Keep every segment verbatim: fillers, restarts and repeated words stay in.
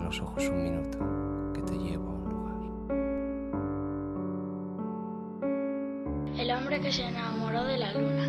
los ojos un minuto, que te llevo a un lugar. El hombre que se enamoró de la luna.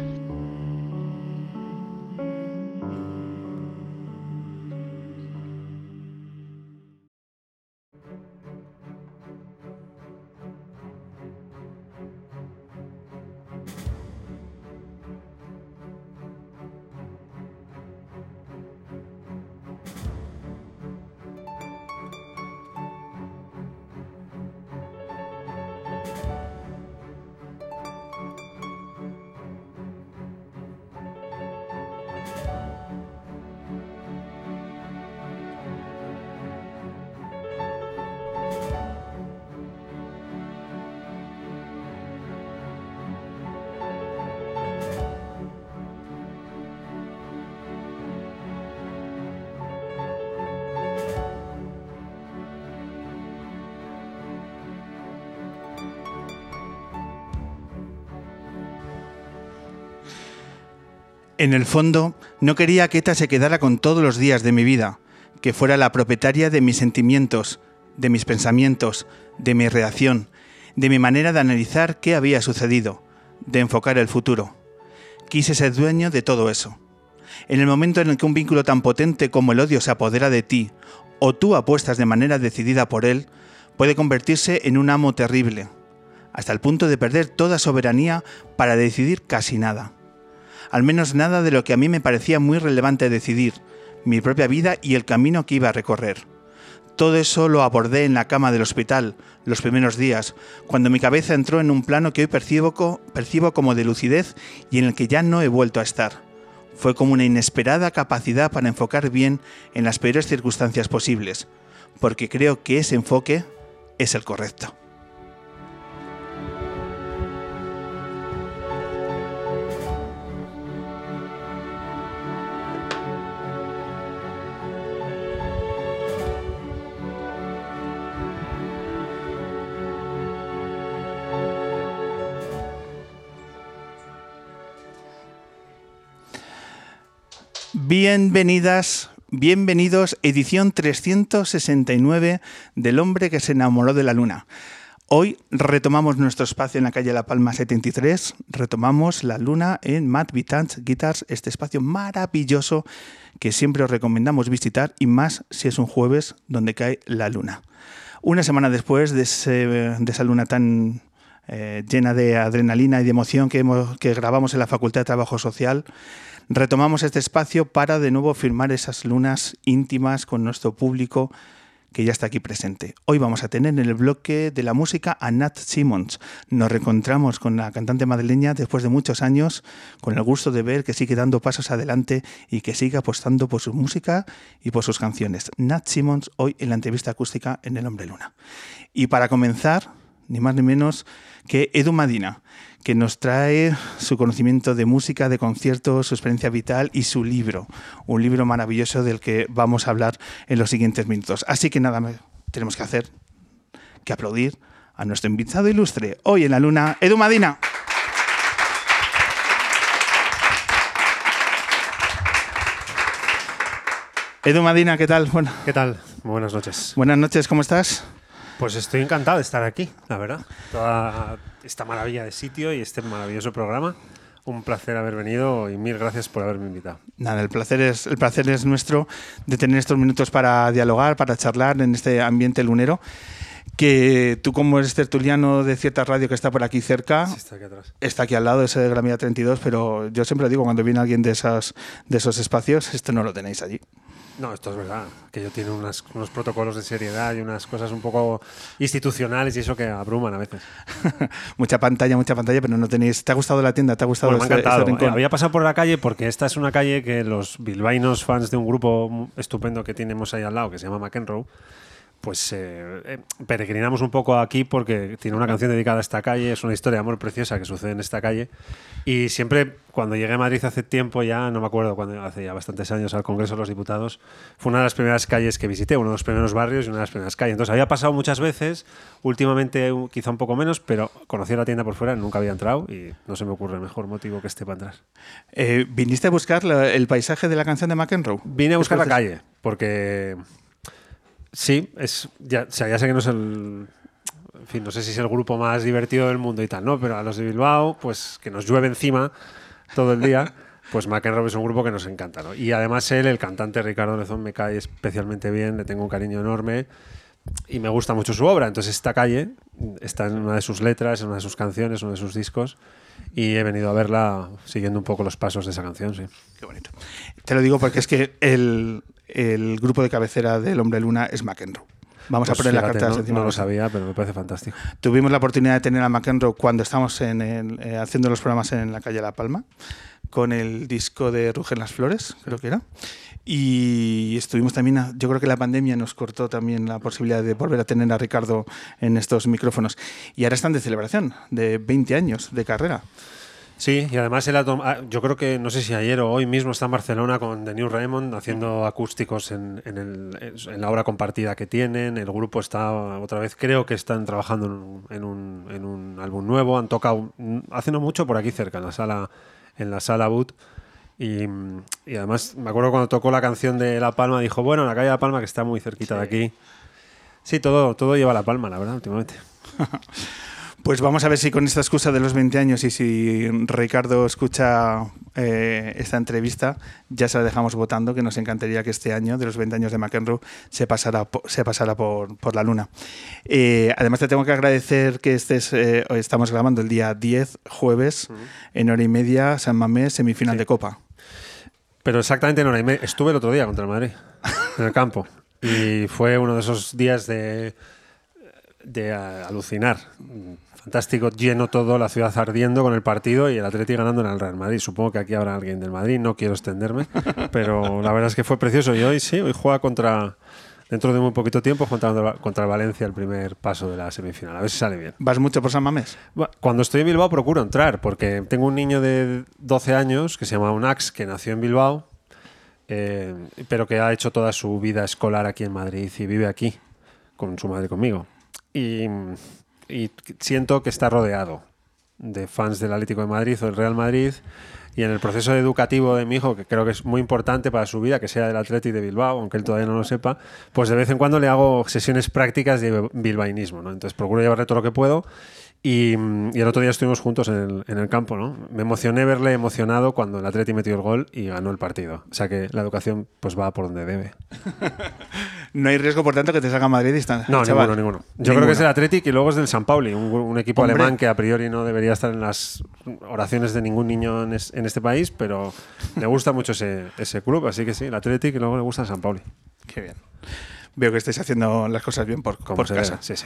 En el fondo, no quería que Eta se quedara con todos los días de mi vida, que fuera la propietaria de mis sentimientos, de mis pensamientos, de mi reacción, de mi manera de analizar qué había sucedido, de enfocar el futuro. Quise ser dueño de todo eso. En el momento en el que un vínculo tan potente como el odio se apodera de ti, o tú apuestas de manera decidida por él, puede convertirse en un amo terrible, hasta el punto de perder toda soberanía para decidir casi nada. Al menos nada de lo que a mí me parecía muy relevante decidir, mi propia vida y el camino que iba a recorrer. Todo eso lo abordé en la cama del hospital, los primeros días, cuando mi cabeza entró en un plano que hoy percibo, co- percibo como de lucidez y en el que ya no he vuelto a estar. Fue como una inesperada capacidad para enfocar bien en las peores circunstancias posibles, porque creo que ese enfoque es el correcto. Bienvenidas, bienvenidos, edición trescientos sesenta y nueve del hombre que se enamoró de la luna. Hoy retomamos nuestro espacio en la calle La Palma setenta y tres, retomamos la luna en Matt Vitans Guitars, este espacio maravilloso que siempre os recomendamos visitar y más si es un jueves donde cae la luna. Una semana después de, ese, de esa luna tan eh, llena de adrenalina y de emoción que, hemos, que grabamos en la Facultad de Trabajo Social, retomamos este espacio para de nuevo firmar esas lunas íntimas con nuestro público que ya está aquí presente. Hoy vamos a tener en el bloque de la música a Nat Simmons. Nos reencontramos con la cantante madrileña después de muchos años, con el gusto de ver que sigue dando pasos adelante y que sigue apostando por su música y por sus canciones. Nat Simmons hoy en la entrevista acústica en El Hombre Luna. Y para comenzar, ni más ni menos que Edu Madina, que nos trae su conocimiento de música, de conciertos, su experiencia vital y su libro. Un libro maravilloso del que vamos a hablar en los siguientes minutos. Así que nada, tenemos que hacer que aplaudir a nuestro invitado ilustre. Hoy en la luna, Edu Madina. Edu Madina, ¿qué tal? Bueno, ¿Qué tal? Buenas noches. Buenas noches, ¿cómo estás? Pues estoy encantado de estar aquí, la verdad. Toda esta maravilla de sitio y este maravilloso programa. Un placer haber venido y mil gracias por haberme invitado. Nada, el placer es, el placer es nuestro de tener estos minutos para dialogar, para charlar en este ambiente lunero. Que tú, como eres tertuliano de cierta radio que está por aquí cerca, Sí, está aquí atrás. Está aquí al lado, ese de Gramilla treinta y dos, pero yo siempre digo, cuando viene alguien de, esas, de esos espacios, esto no lo tenéis allí. No, esto es verdad. Que yo tiene unas, unos protocolos de seriedad y unas cosas un poco institucionales y eso que abruman a veces. Mucha pantalla, mucha pantalla, pero no tenéis... ¿Te ha gustado la tienda? ¿Te ha gustado Bueno, me ha este, encantado. este rincón? Eh, había pasado por la calle porque esta es una calle que los bilbaínos fans de un grupo estupendo que tenemos ahí al lado, que se llama McEnroe, pues eh, eh, peregrinamos un poco aquí porque tiene una canción dedicada a esta calle, es una historia de amor preciosa que sucede en esta calle y siempre cuando llegué a Madrid hace tiempo ya, no me acuerdo, cuando hace ya bastantes años al Congreso de los Diputados, fue una de las primeras calles que visité, uno de los primeros barrios y una de las primeras calles. Entonces había pasado muchas veces, últimamente quizá un poco menos, pero conocí la tienda por fuera, nunca había entrado y no se me ocurre mejor motivo que este para entrar. Eh, ¿Viniste a buscar la, el paisaje de la canción de McEnroe? Vine a buscar la calle porque... Sí, es, ya, o sea, ya sé que no es el... En fin, no sé si es el grupo más divertido del mundo y tal, ¿no? Pero a los de Bilbao, pues que nos llueve encima todo el día, pues McEnroe es un grupo que nos encanta, ¿no? Y además él, el cantante Ricardo Lezón, me cae especialmente bien, le tengo un cariño enorme y me gusta mucho su obra. Entonces esta calle está en una de sus letras, en una de sus canciones, en uno de sus discos, y he venido a verla siguiendo un poco los pasos de esa canción, sí. Qué bonito. Te lo digo porque es que el, el grupo de cabecera del Hombre Luna es McEnroe. Vamos Pues a poner fíjate, las cartas no, encima. no lo sabía, pero me parece fantástico. Tuvimos la oportunidad de tener a McEnroe cuando estábamos en el, eh, haciendo los programas en la calle La Palma, con el disco de Rugen las Flores, creo que era. Y estuvimos también, a, yo creo que la pandemia nos cortó también la posibilidad de volver a tener a Ricardo en estos micrófonos. Y ahora están de celebración, de veinte años de carrera. Sí, y además él ha tom- ah, yo creo que, no sé si ayer o hoy mismo está en Barcelona con The New Raymond haciendo acústicos en, en, el, en la obra compartida que tienen. El grupo está otra vez, creo que están trabajando en un, en un, en un álbum nuevo. Han tocado hace no mucho por aquí cerca, en la sala, en la sala Boot. Y, y además me acuerdo cuando tocó la canción de La Palma, dijo, bueno, la calle La Palma que está muy cerquita sí. de aquí. Sí, todo, todo lleva a La Palma, la verdad, últimamente. Pues vamos a ver si con esta excusa de los veinte años y si Ricardo escucha eh, esta entrevista, ya se la dejamos votando, que nos encantaría que este año, de los veinte años de McEnroe, se pasara, se pasara por, por la luna. Eh, además te tengo que agradecer que estés, eh, hoy estamos grabando el día diez, jueves, uh-huh. en hora y media, San Mamés, semifinal sí. de Copa. Pero exactamente en hora y media. Estuve el otro día contra el Madrid, en el campo, y fue uno de esos días de, de uh, alucinar. Fantástico, lleno todo, la ciudad ardiendo con el partido y el Atleti ganando en el Real Madrid. Supongo que aquí habrá alguien del Madrid, no quiero extenderme, pero la verdad es que fue precioso. Y hoy sí, hoy juega contra, dentro de muy poquito tiempo, contra, contra el Valencia el primer paso de la semifinal. A ver si sale bien. ¿Vas mucho por San Mamés? Cuando estoy en Bilbao procuro entrar, porque tengo un niño de doce años que se llama Unax, que nació en Bilbao, eh, pero que ha hecho toda su vida escolar aquí en Madrid y vive aquí, con su madre y conmigo. Y... y siento que está rodeado de fans del Atlético de Madrid o del Real Madrid, y en el proceso educativo de mi hijo, que creo que es muy importante para su vida, que sea del Atleti de Bilbao, aunque él todavía no lo sepa, pues de vez en cuando le hago sesiones prácticas de bilbaínismo, ¿no? Entonces procuro llevarle todo lo que puedo. Y, y el otro día estuvimos juntos en el, en el campo, ¿no? Me emocioné verle emocionado cuando el Atleti metió el gol y ganó el partido. O sea que la educación pues va por donde debe. No hay riesgo, por tanto, que te salga Madrid y están. No, ninguno, ninguno. Yo ninguno. creo que es el Athletic y luego es del San Pauli, un, un equipo Hombre. alemán que a priori no debería estar en las oraciones de ningún niño en, es, en este país, pero le gusta mucho ese, ese club, así que sí, el Athletic y luego le gusta el San Pauli. Qué bien. Veo que estáis haciendo las cosas bien por, por casa. Sí, sí.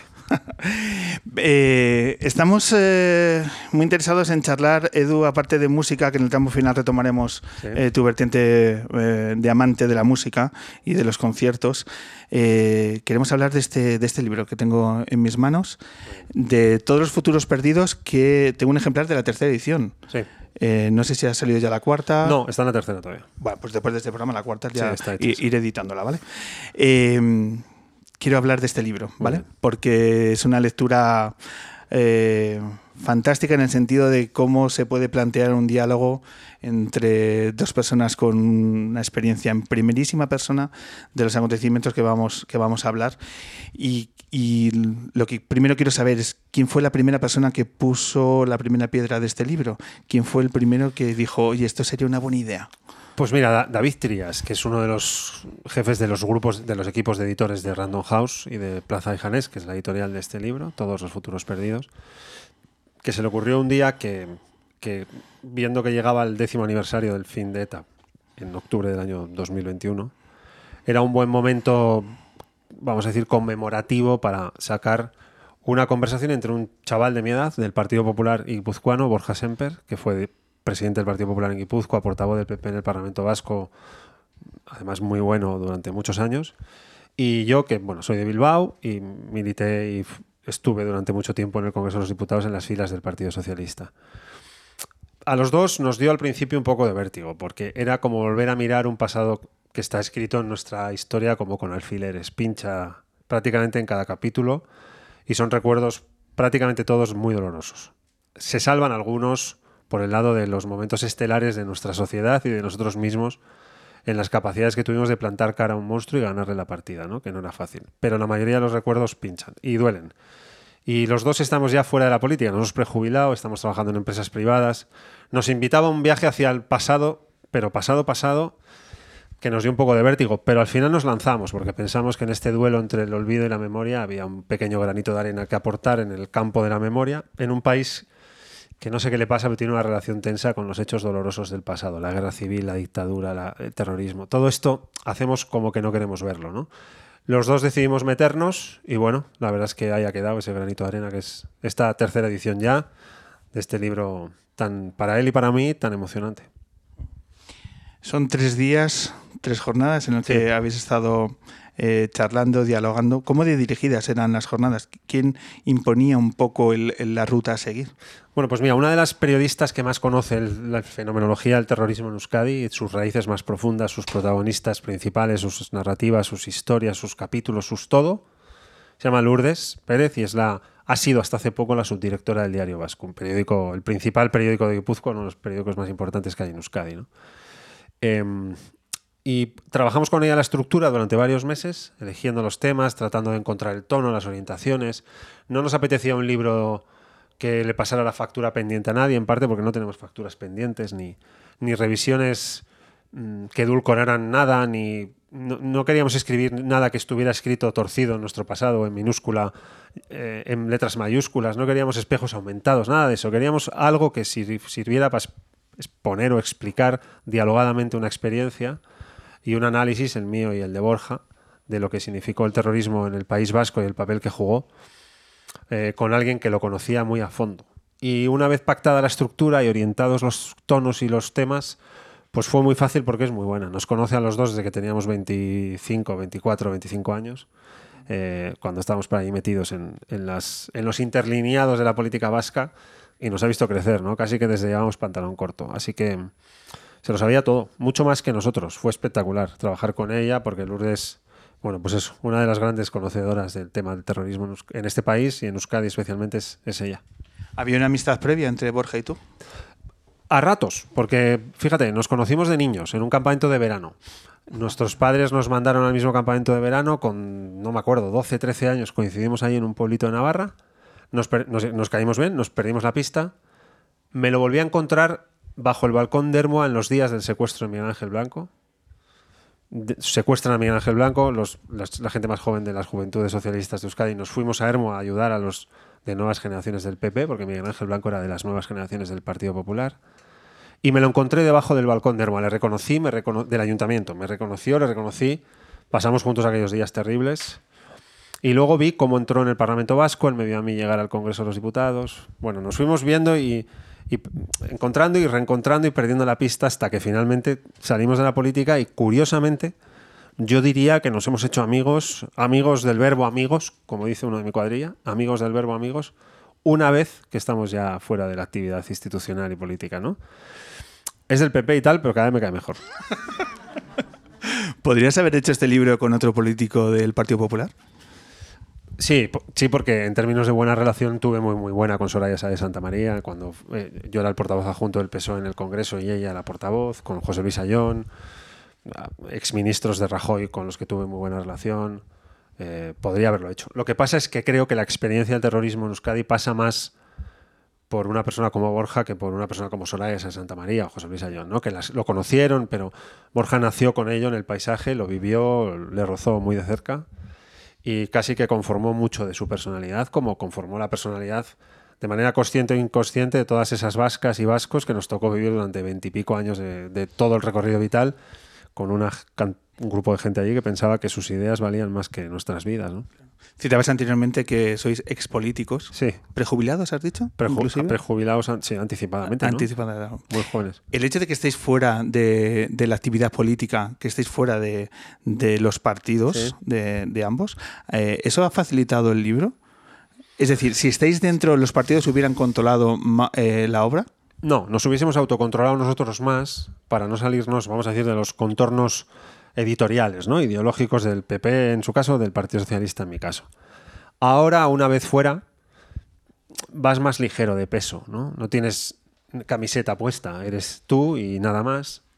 eh, estamos eh, muy interesados en charlar, Edu, aparte de música, que en el tramo final retomaremos sí. eh, tu vertiente eh, de amante de la música y de los conciertos. Eh, queremos hablar de este, de este libro que tengo en mis manos, de Todos los futuros perdidos, que tengo un ejemplar de la tercera edición. Sí. Eh, no sé si ha salido ya la cuarta. No, está en la tercera todavía. Bueno, pues después de este programa, la cuarta ya sí, hecho, iré editándola, ¿vale? Eh, quiero hablar de este libro, ¿vale? Bien. Porque es una lectura eh, fantástica en el sentido de cómo se puede plantear un diálogo entre dos personas con una experiencia en primerísima persona de los acontecimientos que vamos, que vamos a hablar. Y, y lo que primero quiero saber es quién fue la primera persona que puso la primera piedra de este libro. ¿Quién fue el primero que dijo, oye, esto sería una buena idea? Pues mira, David Trías, que es uno de los jefes de los grupos, de los equipos de editores de Random House y de Plaza y Janés, que es la editorial de este libro, Todos los futuros perdidos, que se le ocurrió un día que, que viendo que llegaba el décimo aniversario del fin de ETA, en octubre del año dos mil veintiuno, era un buen momento, vamos a decir, conmemorativo para sacar una conversación entre un chaval de mi edad, del Partido Popular guipuzcoano, Borja Semper, que fue presidente del Partido Popular en Guipúzcoa, portavoz del P P en el Parlamento Vasco, además muy bueno durante muchos años, y yo, que bueno, soy de Bilbao y milité y estuve durante mucho tiempo en el Congreso de los Diputados en las filas del Partido Socialista. A los dos nos dio al principio un poco de vértigo, porque era como volver a mirar un pasado que está escrito en nuestra historia como con alfileres, pincha prácticamente en cada capítulo, y son recuerdos prácticamente todos muy dolorosos. Se salvan algunos por el lado de los momentos estelares de nuestra sociedad y de nosotros mismos en las capacidades que tuvimos de plantar cara a un monstruo y ganarle la partida, ¿no? Que no era fácil. Pero la mayoría de los recuerdos pinchan y duelen. Y los dos estamos ya fuera de la política, nos hemos prejubilado, estamos trabajando en empresas privadas. Nos invitaba a un viaje hacia el pasado, pero pasado, pasado, que nos dio un poco de vértigo. Pero al final nos lanzamos, porque pensamos que en este duelo entre el olvido y la memoria había un pequeño granito de arena que aportar en el campo de la memoria, en un país que no sé qué le pasa, pero tiene una relación tensa con los hechos dolorosos del pasado, la guerra civil, la dictadura, la, el terrorismo. Todo esto hacemos como que no queremos verlo, ¿no? Los dos decidimos meternos y bueno, la verdad es que haya quedado ese granito de arena que es esta tercera edición ya de este libro tan, para él y para mí, tan emocionante. Son tres días, tres jornadas en las que sí. habéis estado eh, charlando, dialogando. ¿Cómo de dirigidas eran las jornadas? ¿Quién imponía un poco el, el, la ruta a seguir? Bueno, pues mira, una de las periodistas que más conoce el, la fenomenología del terrorismo en Euskadi, sus raíces más profundas, sus protagonistas principales, sus narrativas, sus historias, sus capítulos, sus todo, se llama Lourdes Pérez y es la, ha sido hasta hace poco la subdirectora del Diario Vasco, un periódico, el principal periódico de Guipúzcoa, uno de los periódicos más importantes que hay en Euskadi, ¿no? Eh, y trabajamos con ella la estructura durante varios meses, eligiendo los temas, tratando de encontrar el tono, las orientaciones. No nos apetecía un libro que le pasara la factura pendiente a nadie, en parte porque no tenemos facturas pendientes, ni, ni revisiones mmm, que edulcoraran nada, ni no, no queríamos escribir nada que estuviera escrito torcido en nuestro pasado, en minúscula, eh, en letras mayúsculas. No queríamos espejos aumentados, nada de eso. Queríamos algo que sir- sirviera para exponer o explicar dialogadamente una experiencia y un análisis, el mío y el de Borja, de lo que significó el terrorismo en el País Vasco y el papel que jugó, eh, con alguien que lo conocía muy a fondo. Y una vez pactada la estructura y orientados los tonos y los temas, pues fue muy fácil porque es muy buena. Nos conoce a los dos desde que teníamos veinticinco, veinticuatro, veinticinco años, eh, cuando estábamos por ahí metidos en, en, las, en los interlineados de la política vasca, y nos ha visto crecer, ¿no? Casi que desde llevábamos pantalón corto. Así que se lo sabía todo, mucho más que nosotros. Fue espectacular trabajar con ella porque Lourdes, bueno, pues eso, una de las grandes conocedoras del tema del terrorismo en este país y en Euskadi especialmente es, es ella. ¿Había una amistad previa entre Borja y tú? A ratos, porque fíjate, nos conocimos de niños en un campamento de verano. Nuestros padres nos mandaron al mismo campamento de verano con, no me acuerdo, doce, trece años. Coincidimos ahí en un pueblito de Navarra. Nos, nos, nos caímos bien, nos perdimos la pista. Me lo volví a encontrar bajo el balcón de Ermua en los días del secuestro de Miguel Ángel Blanco. De, secuestran a Miguel Ángel Blanco, los, las, la gente más joven de las juventudes socialistas de Euskadi. Nos fuimos a Ermua a ayudar a los de nuevas generaciones del P P, porque Miguel Ángel Blanco era de las nuevas generaciones del Partido Popular. Y me lo encontré debajo del balcón de Ermua. Le reconocí, me recono- del ayuntamiento. Me reconoció, le reconocí. Pasamos juntos aquellos días terribles. Y luego vi cómo entró en el Parlamento Vasco, él me vio a mí llegar al Congreso de los Diputados. Bueno, nos fuimos viendo y, y encontrando y reencontrando y perdiendo la pista hasta que finalmente salimos de la política y, curiosamente, yo diría que nos hemos hecho amigos, amigos del verbo amigos, como dice uno de mi cuadrilla, amigos del verbo amigos, una vez que estamos ya fuera de la actividad institucional y política, ¿no? Es del P P y tal, pero cada vez me cae mejor. ¿Podrías haber hecho este libro con otro político del Partido Popular? Sí, sí, porque en términos de buena relación tuve muy muy buena con Soraya Sáez de Santa María, cuando eh, yo era el portavoz adjunto del P S O E en el Congreso y ella la portavoz, con José Luis Ayón, exministros de Rajoy con los que tuve muy buena relación. Eh, podría haberlo hecho. Lo que pasa es que creo que la experiencia del terrorismo en Euskadi pasa más por una persona como Borja que por una persona como Soraya Sáez de Santa María o José Luis Ayón, ¿no? Que las, lo conocieron, pero Borja nació con ello en el paisaje, lo vivió, le rozó muy de cerca. Y casi que conformó mucho de su personalidad, como conformó la personalidad de manera consciente o inconsciente de todas esas vascas y vascos que nos tocó vivir durante veintipico años de, de todo el recorrido vital, con una, un grupo de gente allí que pensaba que sus ideas valían más que nuestras vidas, ¿no? Citabas anteriormente que sois expolíticos. Sí. ¿Prejubilados, has dicho? Preju prejubilados, sí, anticipadamente, ¿no? Anticipadamente. Muy jóvenes. El hecho de que estéis fuera de, de la actividad política, que estéis fuera de, de los partidos, sí, de, de ambos, eh, ¿eso ha facilitado el libro? Es decir, si estáis dentro, ¿los partidos hubieran controlado eh, la obra? No, nos hubiésemos autocontrolado nosotros más para no salirnos, vamos a decir, de los contornos editoriales, ¿no? Ideológicos del P P en su caso, del Partido Socialista en mi caso. Ahora, una vez fuera, vas más ligero de peso, ¿no? No tienes camiseta puesta, eres tú y nada más.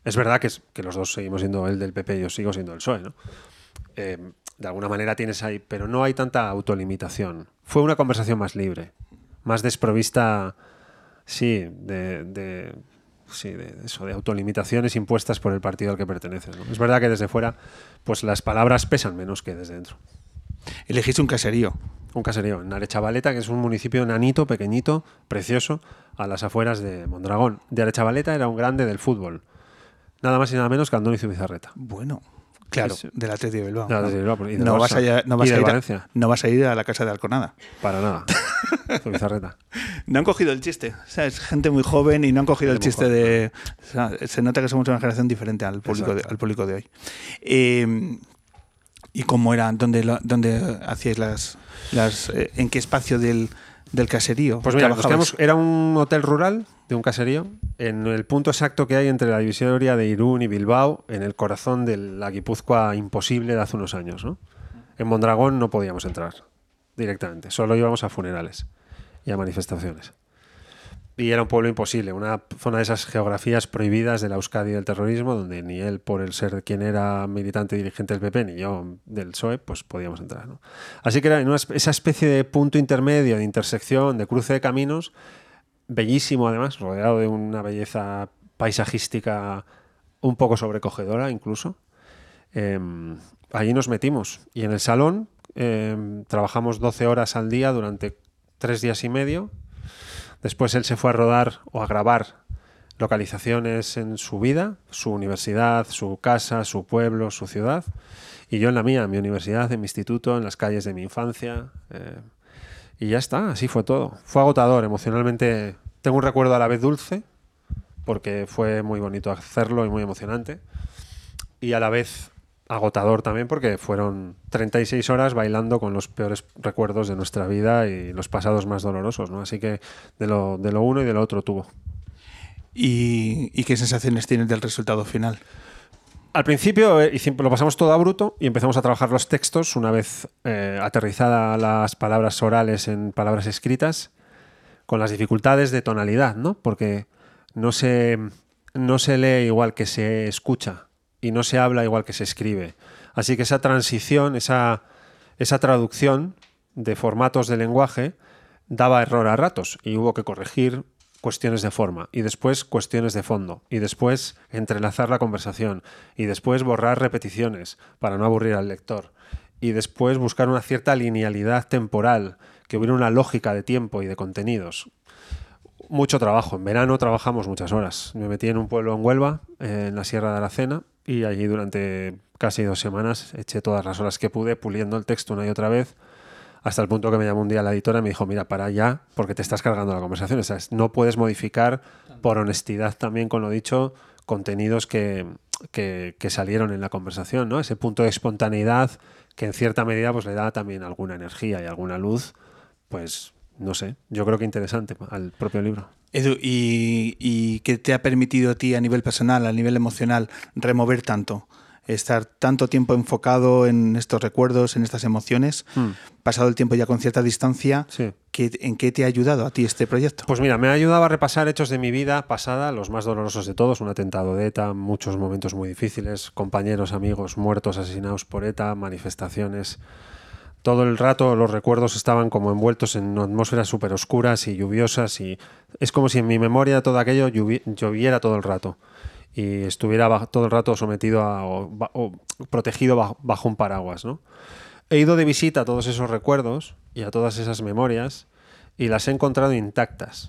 Es verdad que, es, que los dos seguimos siendo él del P P y yo sigo siendo del P S O E, ¿no? Eh, de alguna manera tienes ahí, pero no hay tanta autolimitación. Fue una conversación más libre, más desprovista, sí, de, de, sí, de eso, de autolimitaciones impuestas por el partido al que perteneces, ¿no? Es verdad que desde fuera, pues las palabras pesan menos que desde dentro. Elegiste un caserío. Un caserío en Arechavaleta, que es un municipio nanito, pequeñito, precioso, a las afueras de Mondragón. De Arechavaleta era un grande del fútbol. Nada más y nada menos que Andoni Zubizarreta. Bueno, claro, Sí, sí. del Atleti de Bilbao. Del Atleti de Bilbao, y del No Barça, vas a ir, no vas y a del ir a- Valencia. no vas a ir a la casa de Alconada. Para nada. Zubizarreta. No han cogido el chiste. O sea, es gente muy joven y no han cogido el Gente muy chiste de... O sea, se nota que somos una generación diferente al público, de, Exacto. al público de hoy. Eh, ¿Y cómo era? ¿Dónde, lo- dónde hacíais las... las eh, ¿En qué espacio del, del caserío Pues mira, nos trabajabais? quedamos- era un hotel rural de un caserío en el punto exacto que hay entre la divisoria de Irún y Bilbao, en el corazón de la Guipúzcoa imposible de hace unos años, ¿no? En Mondragón no podíamos entrar directamente, solo íbamos a funerales y a manifestaciones. Y era un pueblo imposible, una zona de esas geografías prohibidas de la Euskadi del terrorismo, donde ni él, por el ser quien era militante y dirigente del P P, ni yo del P S O E, pues podíamos entrar, ¿no? Así que era en una, espe- esa especie de punto intermedio, de intersección, de cruce de caminos, bellísimo además, rodeado de una belleza paisajística un poco sobrecogedora incluso. Eh, allí nos metimos y en el salón eh, trabajamos doce horas al día durante tres días y medio. Después él se fue a rodar o a grabar localizaciones en su vida, su universidad, su casa, su pueblo, su ciudad, y yo en la mía, en mi universidad, en mi instituto, en las calles de mi infancia. Eh, y ya está, así fue todo. Fue agotador emocionalmente. Tengo un recuerdo a la vez dulce, porque fue muy bonito hacerlo y muy emocionante, y a la vez agotador también, porque fueron treinta y seis horas bailando con los peores recuerdos de nuestra vida y los pasados más dolorosos, ¿no? Así que de lo, de lo uno y de lo otro tuvo. ¿Y, ¿Y qué sensaciones tienes del resultado final? Al principio eh, hicimos- lo pasamos todo a bruto y empezamos a trabajar los textos una vez eh, aterrizadas las palabras orales en palabras escritas, con las dificultades de tonalidad, ¿no? Porque no se, no se lee igual que se escucha y no se habla igual que se escribe. Así que esa transición, esa, esa traducción de formatos de lenguaje daba error a ratos y hubo que corregir cuestiones de forma y después cuestiones de fondo y después entrelazar la conversación y después borrar repeticiones para no aburrir al lector y después buscar una cierta linealidad temporal, que hubiera una lógica de tiempo y de contenidos. Mucho trabajo. En verano trabajamos muchas horas. Me metí en un pueblo en Huelva, eh, en la Sierra de Aracena, y allí durante casi dos semanas eché todas las horas que pude puliendo el texto una y otra vez, hasta el punto que me llamó un día la editora y me dijo, mira, para ya, porque te estás cargando la conversación. O sea, no puedes modificar, por honestidad también con lo dicho, contenidos que, que, que salieron en la conversación, ¿no? Ese punto de espontaneidad que en cierta medida pues le da también alguna energía y alguna luz, pues no sé, yo creo que interesante al propio libro. Edu, ¿y, ¿y qué te ha permitido a ti a nivel personal, a nivel emocional, remover tanto? Estar tanto tiempo enfocado en estos recuerdos, en estas emociones, Hmm. pasado el tiempo ya con cierta distancia, Sí. ¿qué, ¿en qué te ha ayudado a ti este proyecto? Pues mira, me ha ayudado a repasar hechos de mi vida pasada, los más dolorosos de todos, un atentado de ETA, muchos momentos muy difíciles, compañeros, amigos muertos, asesinados por ETA, manifestaciones. Todo el rato los recuerdos estaban como envueltos en atmósferas súper oscuras y lluviosas y es como si en mi memoria todo aquello lluvi- lloviera todo el rato y estuviera ba- todo el rato sometido a, o, ba- o protegido bajo, bajo un paraguas, ¿no? He ido de visita a todos esos recuerdos y a todas esas memorias y las he encontrado intactas.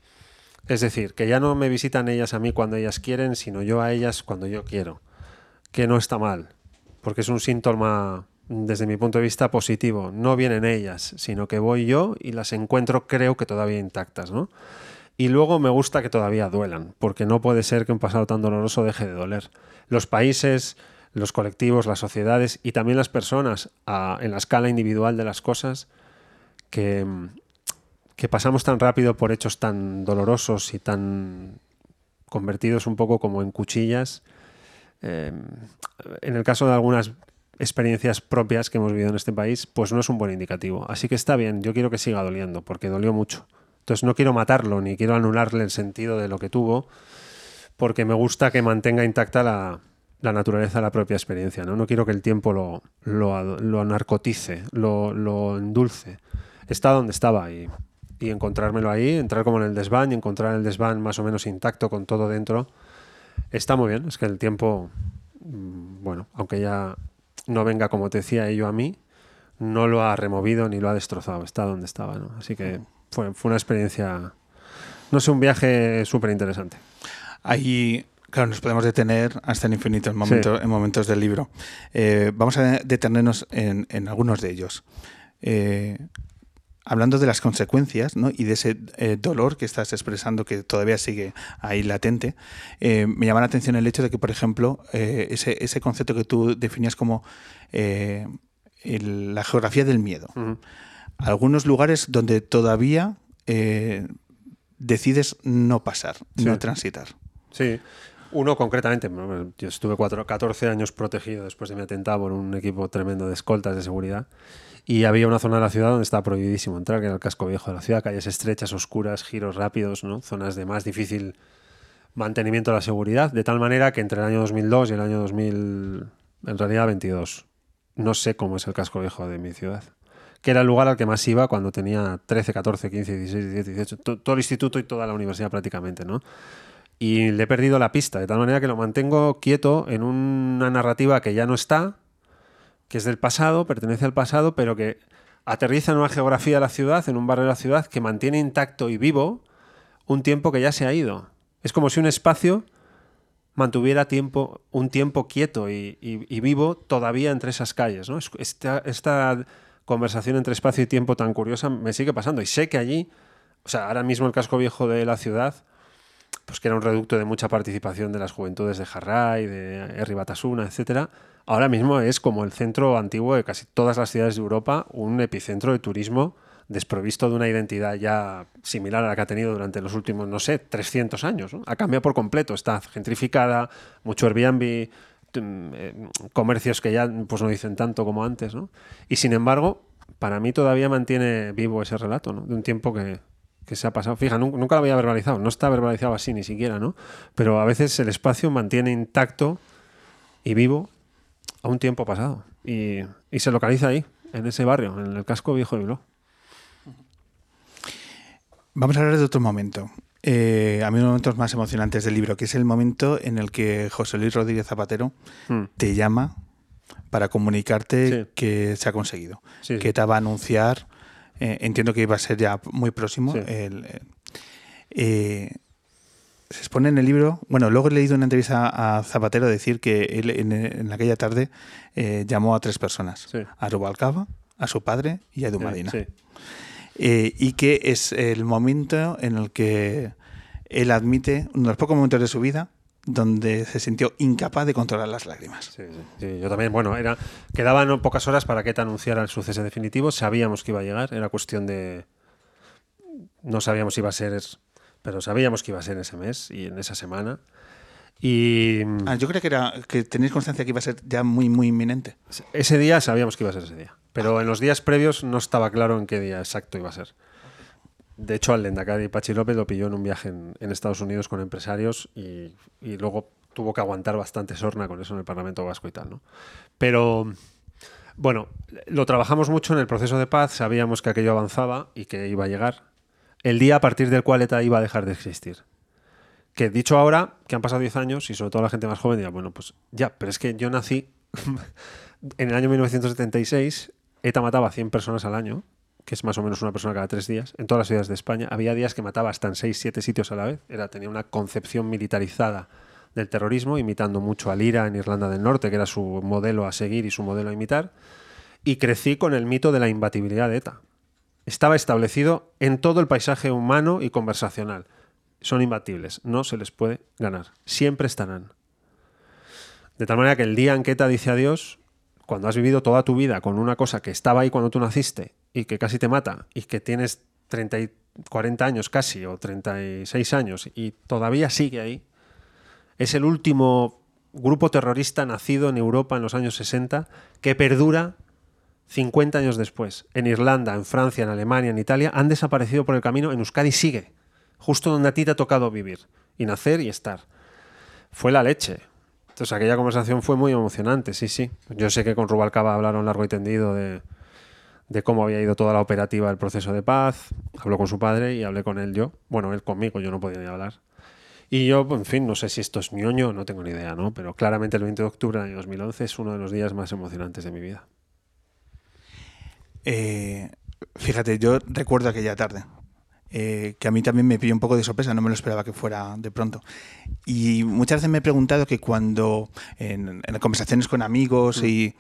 Es decir, que ya no me visitan ellas a mí cuando ellas quieren, sino yo a ellas cuando yo quiero. Que no está mal, porque es un síntoma, desde mi punto de vista, positivo. No vienen ellas, sino que voy yo y las encuentro, creo que todavía intactas, ¿no? Y luego me gusta que todavía duelan, porque no puede ser que un pasado tan doloroso deje de doler. Los países, los colectivos, las sociedades y también las personas, a, en la escala individual de las cosas, que, que pasamos tan rápido por hechos tan dolorosos y tan convertidos un poco como en cuchillas. Eh, en el caso de algunas experiencias propias que hemos vivido en este país, pues no es un buen indicativo. Así que está bien, yo quiero que siga doliendo, porque dolió mucho. Entonces no quiero matarlo, ni quiero anularle el sentido de lo que tuvo, porque me gusta que mantenga intacta la, la naturaleza de la propia experiencia, ¿no? No quiero que el tiempo lo, lo, lo narcotice, lo, lo endulce. Está donde estaba y, y encontrármelo ahí, entrar como en el desván y encontrar el desván más o menos intacto con todo dentro, está muy bien. Es que el tiempo, bueno, aunque ya no venga como te decía ello a mí, no lo ha removido ni lo ha destrozado, está donde estaba, ¿no? Así que fue, fue una experiencia, no sé, un viaje súper interesante. Ahí, claro, nos podemos detener hasta el infinito en momentos, sí. en momentos del libro. Eh, vamos a detenernos en, en algunos de ellos. Eh, hablando de las consecuencias, ¿no? Y de ese eh, dolor que estás expresando que todavía sigue ahí latente, eh, me llama la atención el hecho de que, por ejemplo, eh, ese, ese concepto que tú definías como eh, el, la geografía del miedo. Uh-huh. Algunos lugares donde todavía eh, decides no pasar, sí. no transitar. Sí. Uno concretamente, yo estuve cuatro, catorce años protegido después de mi atentado por un equipo tremendo de escoltas de seguridad. Y había una zona de la ciudad donde estaba prohibidísimo entrar, que era el casco viejo de la ciudad, calles estrechas, oscuras, giros rápidos, ¿no? Zonas de más difícil mantenimiento de la seguridad, de tal manera que entre el año dos mil dos y el año dos mil, en realidad veintidós, no sé cómo es el casco viejo de mi ciudad, que era el lugar al que más iba cuando tenía trece, catorce, quince, dieciséis, diecisiete, dieciocho, to, todo el instituto y toda la universidad prácticamente, ¿no? Y le he perdido la pista, de tal manera que lo mantengo quieto en una narrativa que ya no está, que es del pasado, pertenece al pasado, pero que aterriza en una geografía de la ciudad, en un barrio de la ciudad, que mantiene intacto y vivo un tiempo que ya se ha ido. Es como si un espacio mantuviera tiempo, un tiempo quieto y, y, y vivo todavía entre esas calles, ¿no? Esta, esta conversación entre espacio y tiempo tan curiosa me sigue pasando. Y sé que allí, o sea, ahora mismo el casco viejo de la ciudad, pues que era un reducto de mucha participación de las juventudes de Jarray, de Herri Batasuna, etcétera, ahora mismo es como el centro antiguo de casi todas las ciudades de Europa, un epicentro de turismo desprovisto de una identidad ya similar a la que ha tenido durante los últimos, no sé, trescientos años, ¿no? Ha cambiado por completo, está gentrificada, mucho Airbnb, eh, comercios que ya pues no dicen tanto como antes, ¿no? Y sin embargo, para mí todavía mantiene vivo ese relato, ¿no? De un tiempo que... que se ha pasado. Fija, nunca lo había verbalizado, no está verbalizado así ni siquiera, ¿no? Pero a veces el espacio mantiene intacto y vivo a un tiempo pasado. Y, y se localiza ahí, en ese barrio, en el casco viejo de Bilbao. Vamos a hablar de otro momento. Eh, a mí, uno de los momentos más emocionantes del libro, que es el momento en el que José Luis Rodríguez Zapatero hmm. te llama para comunicarte sí. que se ha conseguido. Sí, que sí. te va a anunciar. Eh, entiendo que iba a ser ya muy próximo. Sí. El, eh, eh, se expone en el libro. Bueno, luego he leído una entrevista a Zapatero decir que él en, en aquella tarde eh, llamó a tres personas: sí. a Rubalcaba, a su padre y a Edu Madina. Sí, sí. Eh, y que es el momento en el que él admite, uno de los pocos momentos de su vida, donde se sintió incapaz de controlar las lágrimas. Sí, sí, sí. Yo también, bueno, era quedaban pocas horas para que te anunciara el suceso definitivo, sabíamos que iba a llegar, era cuestión de... No sabíamos si iba a ser, pero sabíamos que iba a ser ese mes y en esa semana. Y... Ah, yo creo que, era, que tenéis constancia que iba a ser ya muy, muy inminente. Ese día sabíamos que iba a ser ese día, pero ah. en los días previos no estaba claro en qué día exacto iba a ser. De hecho, al Lehendakari Patxi López lo pilló en un viaje en, en Estados Unidos con empresarios y, y luego tuvo que aguantar bastante sorna con eso en el Parlamento Vasco y tal, ¿no? Pero, bueno, lo trabajamos mucho en el proceso de paz, sabíamos que aquello avanzaba y que iba a llegar. El día a partir del cual ETA iba a dejar de existir. Que dicho ahora, que han pasado diez años y sobre todo la gente más joven dirá, bueno, pues ya, pero es que yo nací en el año mil novecientos setenta y seis, ETA mataba cien personas al año, que es más o menos una persona cada tres días, en todas las ciudades de España. Había días que mataba hasta en seis, siete sitios a la vez. Era, tenía una concepción militarizada del terrorismo, imitando mucho al IRA en Irlanda del Norte, que era su modelo a seguir y su modelo a imitar. Y crecí con el mito de la imbatibilidad de ETA. Estaba establecido en todo el paisaje humano y conversacional. Son imbatibles, no se les puede ganar. Siempre estarán. De tal manera que el día en que ETA dice adiós, cuando has vivido toda tu vida con una cosa que estaba ahí cuando tú naciste y que casi te mata y que tienes treinta y cuarenta años casi o treinta y seis años y todavía sigue ahí, es el último grupo terrorista nacido en Europa en los años sesenta que perdura cincuenta años después. En Irlanda, en Francia, en Alemania, en Italia han desaparecido por el camino. En Euskadi sigue, justo donde a ti te ha tocado vivir y nacer y estar. fue la leche. Entonces aquella conversación fue muy emocionante, sí, sí. Yo sé que con Rubalcaba hablaron largo y tendido de, de cómo había ido toda la operativa del proceso de paz. Habló con su padre y hablé con él yo. Bueno, él conmigo, yo no podía ni hablar. Y yo, en fin, no sé si esto es ñoño, no tengo ni idea, ¿no? Pero claramente el veinte de octubre del año dos mil once es uno de los días más emocionantes de mi vida. Eh, fíjate, yo recuerdo aquella tarde, eh, que a mí también me pilló un poco de sorpresa, no me lo esperaba que fuera de pronto. Y muchas veces me he preguntado que cuando en, en conversaciones con amigos mm. y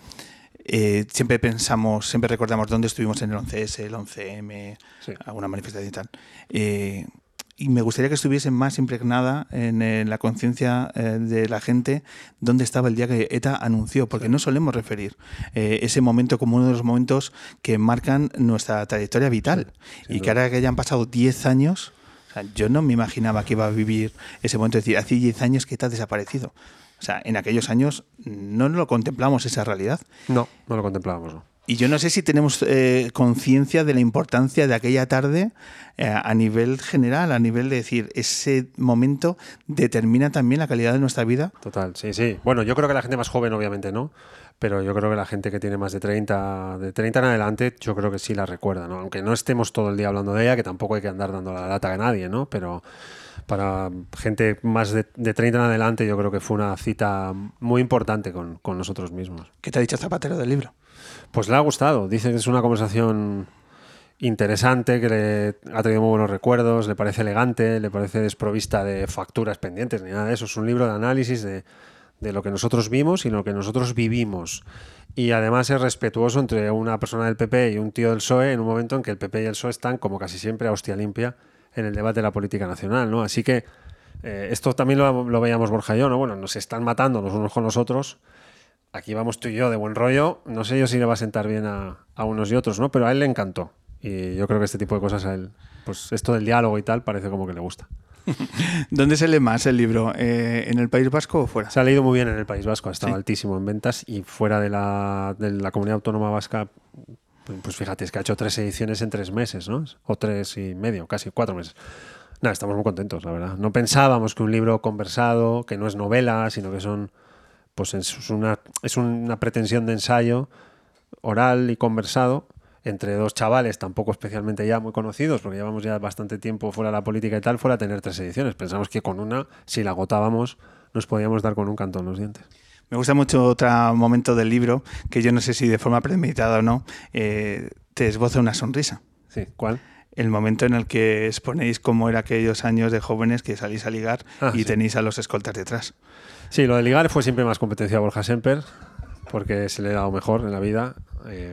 eh, siempre pensamos, siempre recordamos dónde estuvimos en el once ese, el once eme, sí. alguna manifestación y tal. Eh, Y me gustaría que estuviese más impregnada en eh, la conciencia eh, de la gente dónde estaba el día que ETA anunció, porque sí. no solemos referir eh, ese momento como uno de los momentos que marcan nuestra trayectoria vital. Sí, y que ahora que hayan pasado diez años, o sea, yo no me imaginaba que iba a vivir ese momento, es decir, hace diez años que ETA ha desaparecido. O sea, en aquellos años no lo contemplamos esa realidad. No, no lo contemplábamos, no. Y yo no sé si tenemos eh, conciencia de la importancia de aquella tarde eh, a nivel general, a nivel de decir, ese momento determina también la calidad de nuestra vida. Total, sí, sí. Bueno, yo creo que la gente más joven obviamente no, pero yo creo que la gente que tiene más de treinta, de treinta en adelante, yo creo que sí la recuerda, ¿no? Aunque no estemos todo el día hablando de ella, que tampoco hay que andar dando la lata a nadie, ¿no? Pero para gente más de, de treinta en adelante yo creo que fue una cita muy importante con, con nosotros mismos. ¿Qué te ha dicho Zapatero del libro? Pues le ha gustado. Dice que es una conversación interesante, que le ha traído muy buenos recuerdos, le parece elegante, le parece desprovista de facturas pendientes ni nada de eso. Es un libro de análisis de, de lo que nosotros vimos y lo que nosotros vivimos. Y además es respetuoso entre una persona del P P y un tío del P S O E en un momento en que el P P y el P S O E están, como casi siempre, a hostia limpia en el debate de la política nacional, ¿no? Así que eh, esto también lo, lo veíamos Borja y yo, ¿no? Bueno, nos están matando los unos con los otros. Aquí vamos tú y yo de buen rollo. No sé yo si le va a sentar bien a, a unos y otros, ¿no? Pero a él le encantó. Y yo creo que este tipo de cosas a él, pues esto del diálogo y tal, parece como que le gusta. ¿Dónde se lee más el libro? ¿Eh, ¿En el País Vasco o fuera? Se ha leído muy bien en el País Vasco, ha estado sí. altísimo en ventas y fuera de la, de la comunidad autónoma vasca, pues fíjate, es que ha hecho tres ediciones en tres meses, ¿no? O tres y medio, casi cuatro meses. Nada, estamos muy contentos, la verdad. No pensábamos que un libro conversado, que no es novela, sino que son... pues es una, es una pretensión de ensayo oral y conversado entre dos chavales tampoco especialmente ya muy conocidos, porque llevamos ya bastante tiempo fuera de la política y tal, fuera a tener tres ediciones. Pensamos que con una, si la agotábamos, nos podíamos dar con un canto en los dientes. Me gusta mucho otro momento del libro, que yo no sé si de forma premeditada o no, eh, te esboza una sonrisa. Sí, ¿cuál? El momento en el que exponéis cómo era aquellos años de jóvenes que salís a ligar ah, y sí. tenéis a los escoltas detrás. Sí, lo de ligar fue siempre más competencia de Borja Semper, porque se le ha dado mejor en la vida. Eh,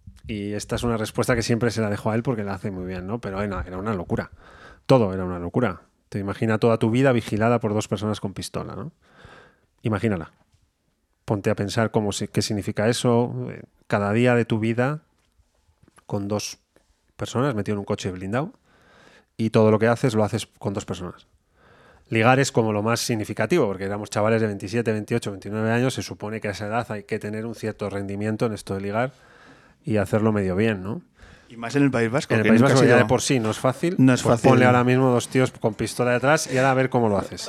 y esta es una respuesta que siempre se la dejo a él porque la hace muy bien, ¿no? Pero era, era una locura. Todo era una locura. Te imagina toda tu vida vigilada por dos personas con pistola, ¿no? Imagínala. Ponte a pensar cómo, qué significa eso. Cada día de tu vida con dos personas metido en un coche blindado y todo lo que haces lo haces con dos personas. Ligar es como lo más significativo, porque éramos chavales de veintisiete, veintiocho, veintinueve años, se supone que a esa edad hay que tener un cierto rendimiento en esto de ligar y hacerlo medio bien, ¿no? Y más en el País Vasco. En el País Vasco ya de por sí no es fácil. No es pues fácil. Ponle ahora mismo dos tíos con pistola detrás y ahora a ver cómo lo haces.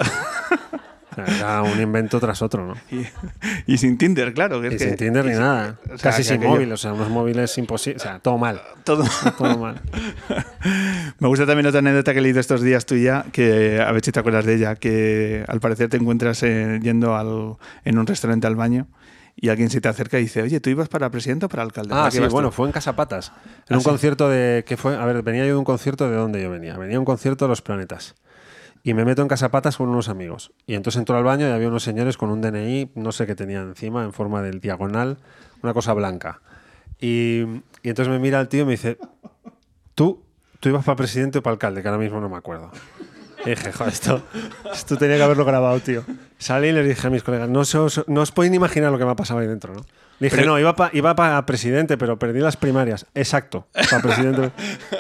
Era un invento tras otro, ¿no? Y, y sin Tinder, claro. Que es y que, sin Tinder ni sin, nada. O sea, Casi sin aquello... móvil, o sea, unos móviles imposibles. O sea, todo mal. Todo, todo mal. Me gusta también otra anécdota que he leído estos días tuya, que a ver si te acuerdas de ella, que al parecer te encuentras eh, yendo al, en un restaurante al baño y alguien se te acerca y dice, oye, ¿tú ibas para presidente o para alcalde? Ah, ¿Para sí, bueno, tú? Fue en Casapatas. En ¿Ah, un sí? concierto de... ¿Qué fue? A ver, venía yo de un concierto de dónde yo venía. Venía de un concierto de Los Planetas. Y me meto en Casapatas con unos amigos. Y entonces entro al baño y había unos señores con un D N I, no sé qué tenían encima, en forma del diagonal, una cosa blanca. Y, y entonces me mira el tío y me dice, ¿tú, tú ibas para presidente o para alcalde? Que ahora mismo no me acuerdo. Y dije, joder, esto, esto tenía que haberlo grabado, tío. Salí y les dije a mis colegas, no, so, so, no os podéis ni imaginar lo que me ha pasado ahí dentro, ¿no? Le dije, pero... no, iba para iba pa presidente, pero perdí las primarias. Exacto, para presidente.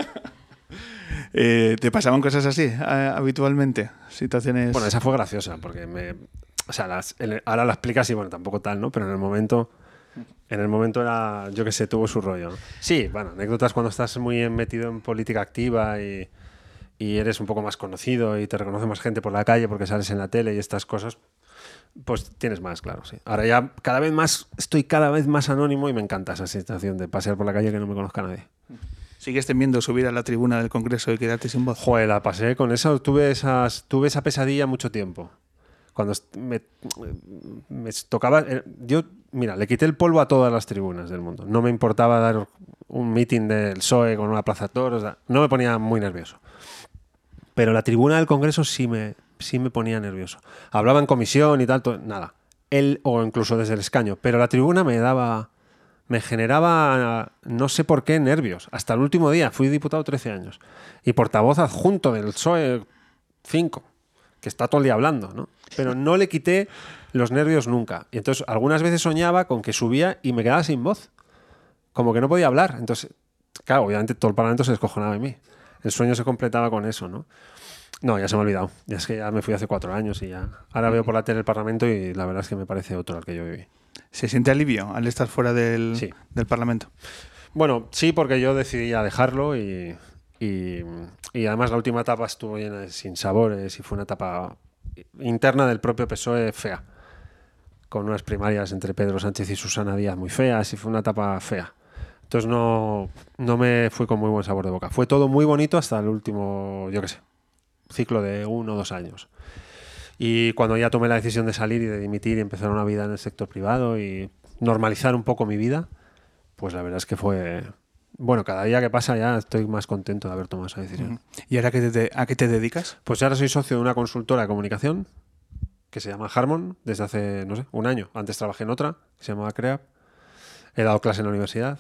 Eh, ¿Te pasaban cosas así eh, habitualmente? Situaciones... Bueno, esa fue graciosa, porque me, o sea, las, el, ahora la explicas y bueno, tampoco tal, ¿no? Pero en el momento, en el momento era, yo qué sé, tuvo su rollo, ¿no? Sí, bueno, anécdotas cuando estás muy metido en política activa y, y eres un poco más conocido y te reconoce más gente por la calle porque sales en la tele y estas cosas, Pues tienes más, claro, sí. Ahora ya cada vez más, estoy cada vez más anónimo y me encanta esa sensación de pasear por la calle que no me conozca nadie. ¿Sigues temiendo subir a la tribuna del Congreso y quedarte sin voz? Joder, la pasé con eso, tuve, esas, tuve esa pesadilla mucho tiempo. Cuando me, me tocaba... Yo, mira, le quité el polvo a todas las tribunas del mundo. No me importaba dar un meeting del P S O E con una plaza de toros, no me ponía muy nervioso. Pero la tribuna del Congreso sí me... sí me ponía nervioso. Hablaba en comisión y tal, todo, nada. Él, o incluso desde el escaño. Pero la tribuna me daba... me generaba, no sé por qué, nervios. Hasta el último día. Fui diputado trece años. Y portavoz adjunto del P S O E cinco. Que está todo el día hablando, ¿no? Pero no le quité los nervios nunca. Y entonces algunas veces soñaba con que subía y me quedaba sin voz. Como que no podía hablar. Entonces, claro, obviamente todo el Parlamento se descojonaba de mí. El sueño se completaba con eso, ¿no? No, ya se me ha olvidado. Ya es que ya me fui hace cuatro años y ya... Ahora veo por la tele el Parlamento y la verdad es que me parece otro al que yo viví. ¿Se siente alivio al estar fuera del, sí. del Parlamento? Bueno, sí, porque yo decidí ya dejarlo y, y, y además la última etapa estuvo llena de sinsabores y fue una etapa interna del propio P S O E fea. Con unas primarias entre Pedro Sánchez y Susana Díaz muy feas y fue una etapa fea. Entonces no, no me fui con muy buen sabor de boca. Fue todo muy bonito hasta el último, yo qué sé, ciclo de uno o dos años. Y cuando ya tomé la decisión de salir y de dimitir y empezar una vida en el sector privado y normalizar un poco mi vida, pues la verdad es que fue... Bueno, cada día que pasa ya estoy más contento de haber tomado esa decisión. ¿Y ahora qué te, a qué te dedicas? Pues ahora soy socio de una consultora de comunicación que se llama Harmon desde hace, no sé, un año. Antes trabajé en otra que se llamaba Creap. He dado clase en la universidad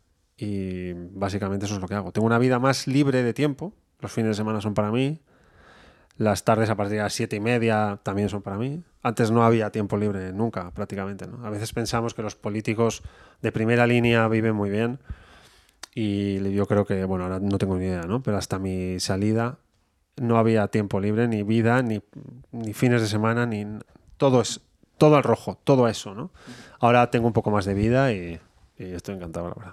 y básicamente eso es lo que hago. Tengo una vida más libre de tiempo. Los fines de semana son para mí. Las tardes a partir de las siete y media también son para mí. Antes no había tiempo libre nunca, prácticamente, ¿no? A veces pensamos que los políticos de primera línea viven muy bien y yo creo que, bueno, ahora no tengo ni idea, ¿no? Pero hasta mi salida no había tiempo libre, ni vida, ni, ni fines de semana, ni... Todo es todo al rojo, todo eso, ¿no? Ahora tengo un poco más de vida y, y estoy encantado, la verdad.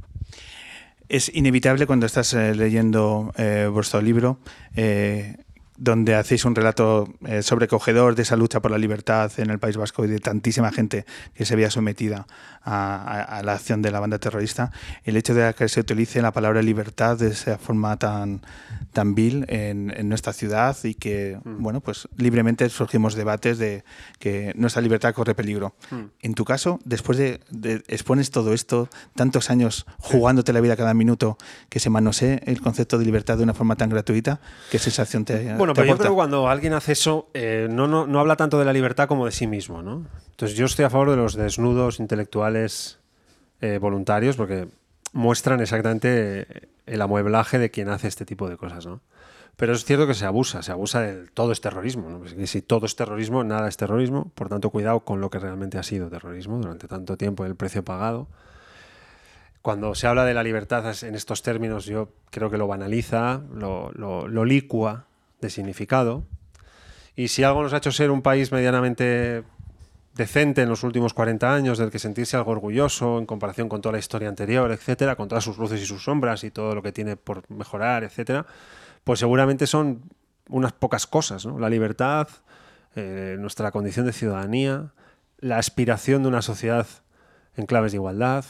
Es inevitable cuando estás eh, leyendo eh, vuestro libro... Eh, donde hacéis un relato eh, sobrecogedor de esa lucha por la libertad en el País Vasco y de tantísima gente que se veía sometida a, a, a la acción de la banda terrorista, el hecho de que se utilice la palabra libertad de esa forma tan, tan vil en, en nuestra ciudad y que, mm. bueno, pues libremente surgimos debates de que nuestra libertad corre peligro. Mm. En tu caso, después de, de expones todo esto, tantos años jugándote la vida cada minuto, que se manosee el concepto de libertad de una forma tan gratuita, ¿qué sensación te Bueno, pero yo creo que cuando alguien hace eso, eh, no, no, no habla tanto de la libertad como de sí mismo, ¿no? Entonces yo estoy a favor de los desnudos intelectuales eh, voluntarios porque muestran exactamente el amueblaje de quien hace este tipo de cosas, ¿no? Pero es cierto que se abusa, se abusa de todo es terrorismo, ¿no? Porque si todo es terrorismo, nada es terrorismo, por tanto cuidado con lo que realmente ha sido terrorismo durante tanto tiempo, el precio pagado. Cuando se habla de la libertad en estos términos, yo creo que lo banaliza, lo, lo, lo licúa de significado. Y si algo nos ha hecho ser un país medianamente decente en los últimos cuarenta años, del que sentirse algo orgulloso en comparación con toda la historia anterior, etcétera, con todas sus luces y sus sombras y todo lo que tiene por mejorar, etcétera, pues seguramente son unas pocas cosas, ¿no? La libertad, eh, nuestra condición de ciudadanía, la aspiración de una sociedad en claves de igualdad,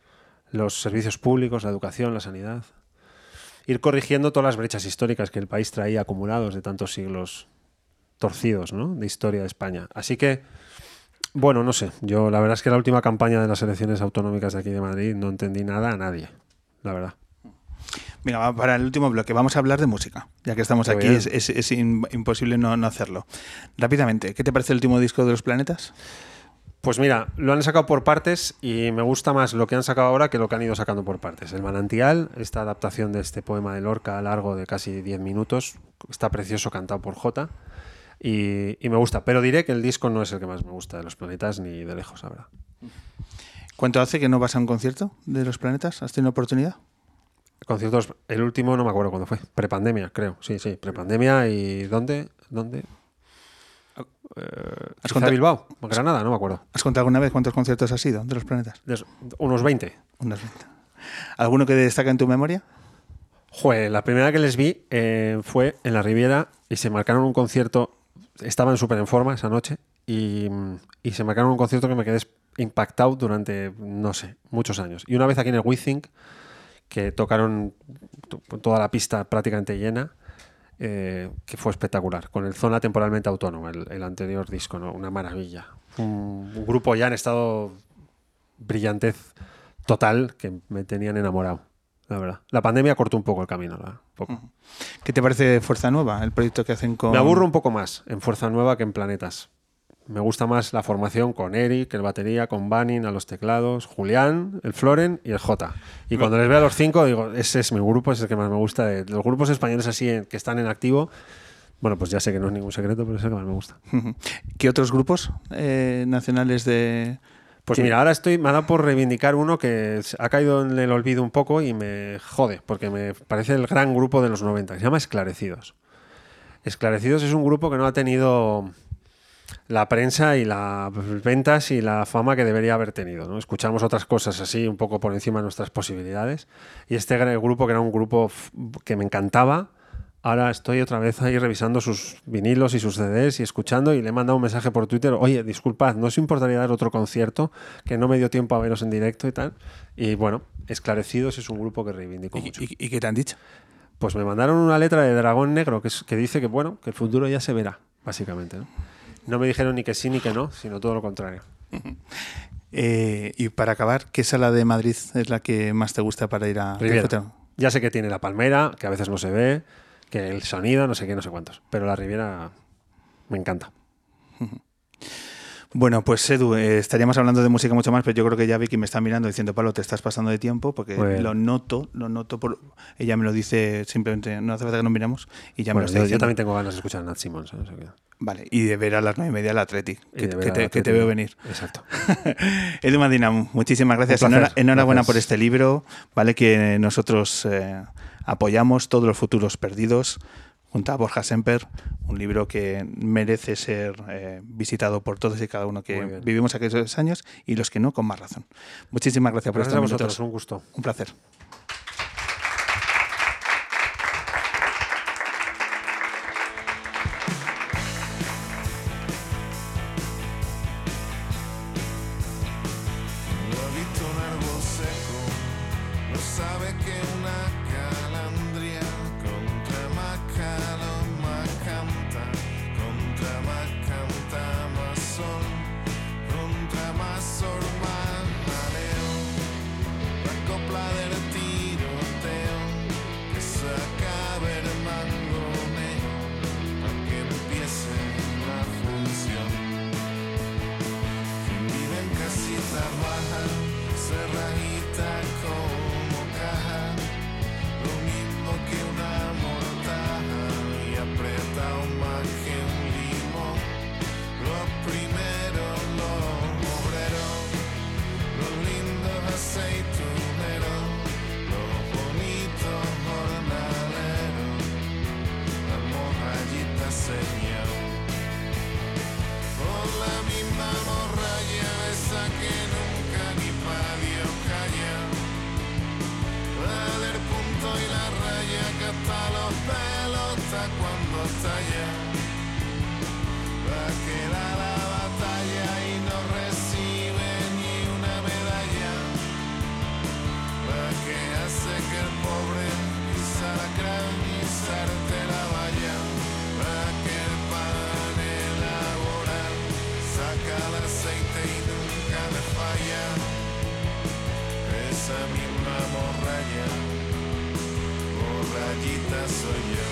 los servicios públicos, la educación, la sanidad. Ir corrigiendo todas las brechas históricas que el país traía acumulados de tantos siglos torcidos, ¿no? De historia de España. Así que, bueno, no sé. Yo la verdad es que la última campaña de las elecciones autonómicas de aquí de Madrid no entendí nada a nadie, la verdad. Venga, para el último bloque vamos a hablar de música. Ya que estamos Muy aquí, es, es, es imposible no, no hacerlo. Rápidamente, ¿qué te parece el último disco de Los Planetas? Pues mira, lo han sacado por partes y me gusta más lo que han sacado ahora que lo que han ido sacando por partes. El Manantial, esta adaptación de este poema de Lorca largo de casi diez minutos, está precioso, cantado por Jota y, y me gusta. Pero diré que el disco no es el que más me gusta de Los Planetas ni de lejos, la verdad. ¿Cuánto hace que no vas a un concierto de Los Planetas? ¿Has tenido oportunidad? Conciertos, el último no me acuerdo cuándo fue, prepandemia creo, sí, sí, prepandemia y ¿dónde? ¿Dónde? Eh, ¿Has contado Bilbao? Granada, no me acuerdo. ¿Has contado alguna vez cuántos conciertos has ido de Los Planetas? De, unos veinte. Unos veinte. ¿Alguno que destaca en tu memoria? Joder, la primera que les vi eh, fue en la Riviera y se marcaron un concierto, estaban súper en forma esa noche y, y se marcaron un concierto que me quedé impactado durante, no sé, muchos años. Y una vez aquí en el WeThink, que tocaron t- toda la pista prácticamente llena, eh, que fue espectacular, con el Zona Temporalmente Autónoma, el, el anterior disco, ¿no? Una maravilla. Un, un grupo ya en estado brillantez total que me tenían enamorado, la verdad. La pandemia cortó un poco el camino, la, poco. ¿Qué te parece Fuerza Nueva, el proyecto que hacen con...? Me aburro un poco más en Fuerza Nueva que en Planetas. Me gusta más la formación con Eric, el batería, con Banning a los teclados, Julián, el Floren y el Jota. Y cuando les veo a los cinco, digo, ese es mi grupo, ese es el que más me gusta. De los grupos españoles así en, que están en activo, bueno, pues ya sé que no es ningún secreto, pero es el que más me gusta. ¿Qué otros grupos eh, nacionales de...? Pues ¿Qué? mira, ahora estoy, me ha dado por reivindicar uno que ha caído en el olvido un poco y me jode, porque me parece el gran grupo de los noventa. Se llama Esclarecidos. Esclarecidos es un grupo que no ha tenido la prensa y las ventas y la fama que debería haber tenido, ¿no? Escuchamos otras cosas así, un poco por encima de nuestras posibilidades. Y este grupo, que era un grupo que me encantaba, ahora estoy otra vez ahí revisando sus vinilos y sus C Ds y escuchando, y le he mandado un mensaje por Twitter: oye, disculpad, ¿no os importaría dar otro concierto? Que no me dio tiempo a veros en directo y tal. Y bueno, Esclarecidos es un grupo que reivindico ¿Y, mucho. y, ¿Y qué te han dicho? Pues me mandaron una letra de Dragón Negro que, es, que dice que, bueno, que el futuro ya se verá, básicamente, ¿no? No me dijeron ni que sí ni que no, sino todo lo contrario. Eh, y para acabar, ¿qué sala de Madrid es la que más te gusta para ir a Riviera. disfrutar? Ya sé que tiene la Palmera, que a veces no se ve, que el sonido, no sé qué, no sé cuántos. Pero la Riviera me encanta. Bueno, pues Edu, eh, estaríamos hablando de música mucho más, pero yo creo que ya Vicky me está mirando diciendo: Pablo, te estás pasando de tiempo, porque Bueno. lo noto, lo noto por... Ella me lo dice simplemente, no hace falta que nos miremos, y ya me Bueno, lo está yo, yo diciendo. también tengo ganas de escuchar a Nat Simmons, ¿eh? O sea que- Vale, y de ver a las nueve y media el Athletic, y que, de que ver a te, la que te Atleti. veo venir. Exacto. Edu Madina, muchísimas gracias. Un placer. Enhora- enhorabuena Gracias. por este libro, vale, que nosotros eh, apoyamos, Todos los futuros perdidos, junto a Borja Semper, un libro que merece ser eh, visitado por todos y cada uno Muy que bien. vivimos aquellos años, y los que no, con más razón. Muchísimas gracias por Gracias a estos vosotros, minutos. un gusto. Un placer. Lo ha visto un árbol seco, no sabe que una calandria contra más calor más canta, contra más canta más sol, contra más sol más mareo, la copla del tiroteo, que se acabe el mangoneo, para que empiece la función. Vive en casita baja, cerradita como caja, lo mismo que una mortaja y apretado más que un limón. Los primeros, los obreros, los lindos aceituneros, los bonitos jornaleros, la mojallita señal. Con la misma morralla esa que nunca ni pa' Dios calla, la del punto y la raya que hasta los pelos está cuando estalla, la que da la batalla y no recibe ni una medalla, la que hace que el pobre pisa la crán y sarte la valla, la que el pan elabora saca el aceite y nunca me falla, esa misma morralla, morrallita soy yo.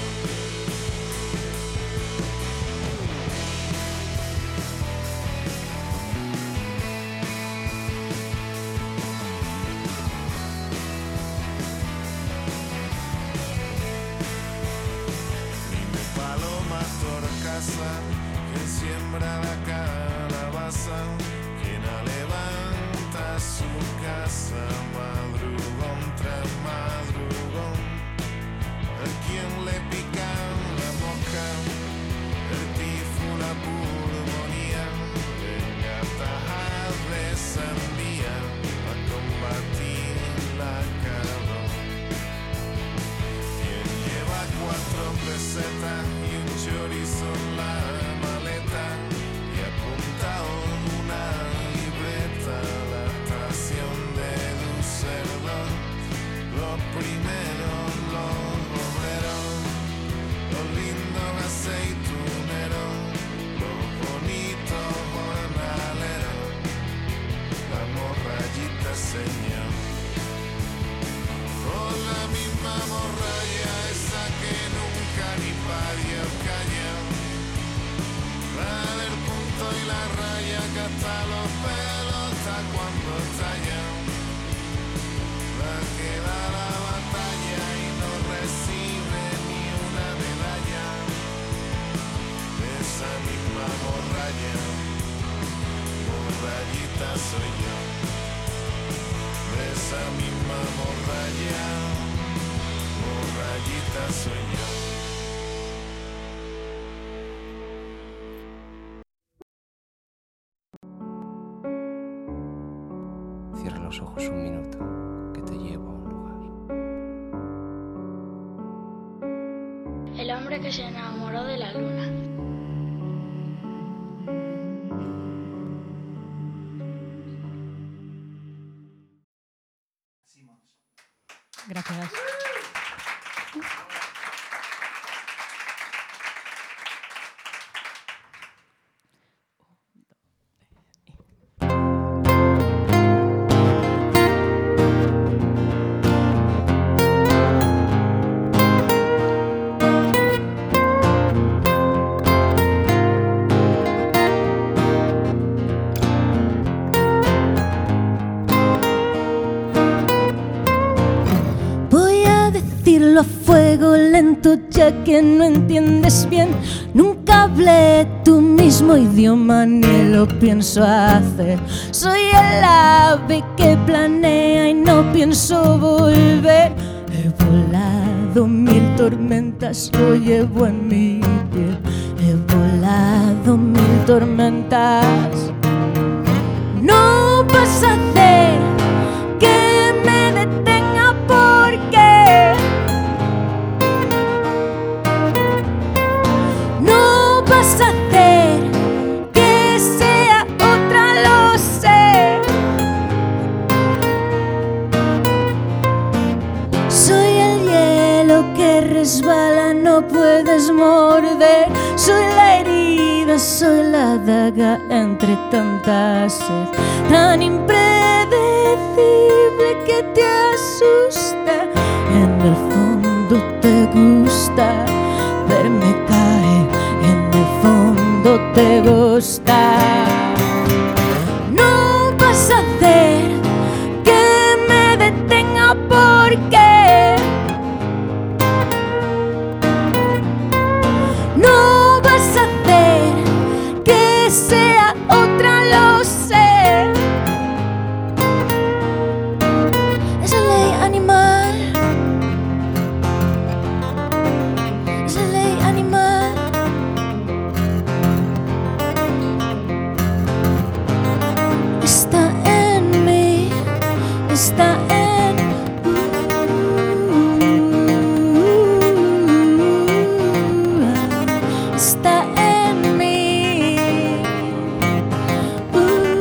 Dime paloma torcasa, quien siembra la calabaza, quien levanta su casa, madrugón tras madrugón, a quien le pican la mosca, el tifo, la pulmonía, venga tajas de sandía, a combatir la calor. Quien lleva cuatro pesetas y un chorizo en la maleta y a batalla, va que da la batalla y no recibe ni una medalla. Esa misma morralla, morrallita soy yo. Esa misma morralla, morrallita soy yo. Cierra los ojos un minuto, que te llevo a un lugar. El hombre que se enamoró de la luna. Gracias. A fuego lento, ya que no entiendes bien. Nunca hablé tu mismo idioma ni lo pienso hacer. Soy el ave que planea y no pienso volver. He volado mil tormentas, lo llevo en mi piel. He volado mil tormentas. No vas a hacer que me detenga porque vas a hacer que sea otra, lo sé. Soy el hielo que resbala, no puedes morder. Soy la herida, soy la daga entre tantas sed. Tan impredecible que te asusta. En el fondo te gusta verme caer. En el fondo te gusta. No vas a hacer que me detenga porque no vas a hacer que sea otra, lo sé. Es la ley animal. Es la ley animal. Está en mí, está en uh, está en mí. Uh,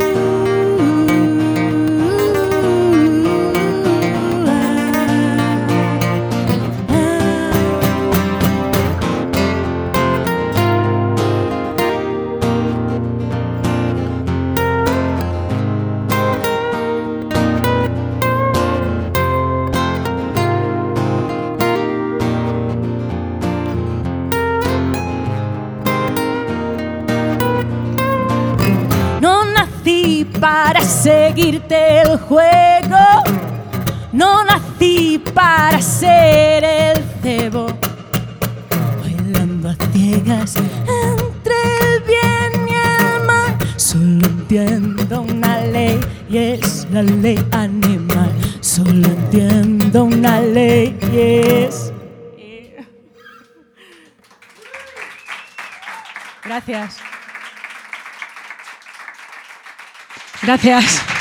ah, ah. No nací para seguirte el juego, no nací para ser el cebo, bailando a ciegas entre el bien y el mal. Solo entiendo una ley y es la ley animal. Solo entiendo una ley y es... Gracias. Gracias.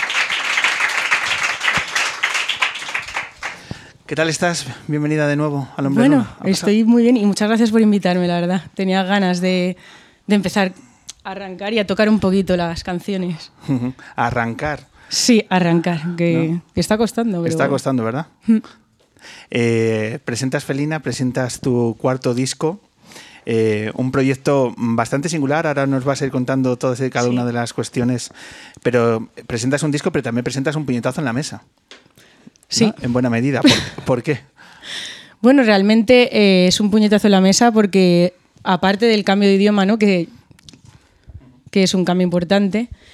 ¿Qué tal estás? Bienvenida de nuevo al Hombre Bueno, Luna. ¿Ha estoy muy bien y muchas gracias por invitarme, la verdad. Tenía ganas de, de empezar a arrancar y a tocar un poquito las canciones. pasado? Arrancar. Sí, arrancar, que, No. que está costando. Pero... Está costando, ¿verdad? eh, presentas Felina, presentas tu cuarto disco. Eh, un proyecto bastante singular, ahora nos vas a ir contando todas y cada Sí. una de las cuestiones, pero presentas un disco, pero también presentas un puñetazo en la mesa. Sí. ¿No? En buena medida. ¿Por, ¿por qué? Bueno, realmente eh, es un puñetazo en la mesa porque, aparte del cambio de idioma, ¿no? que, que es un cambio importante,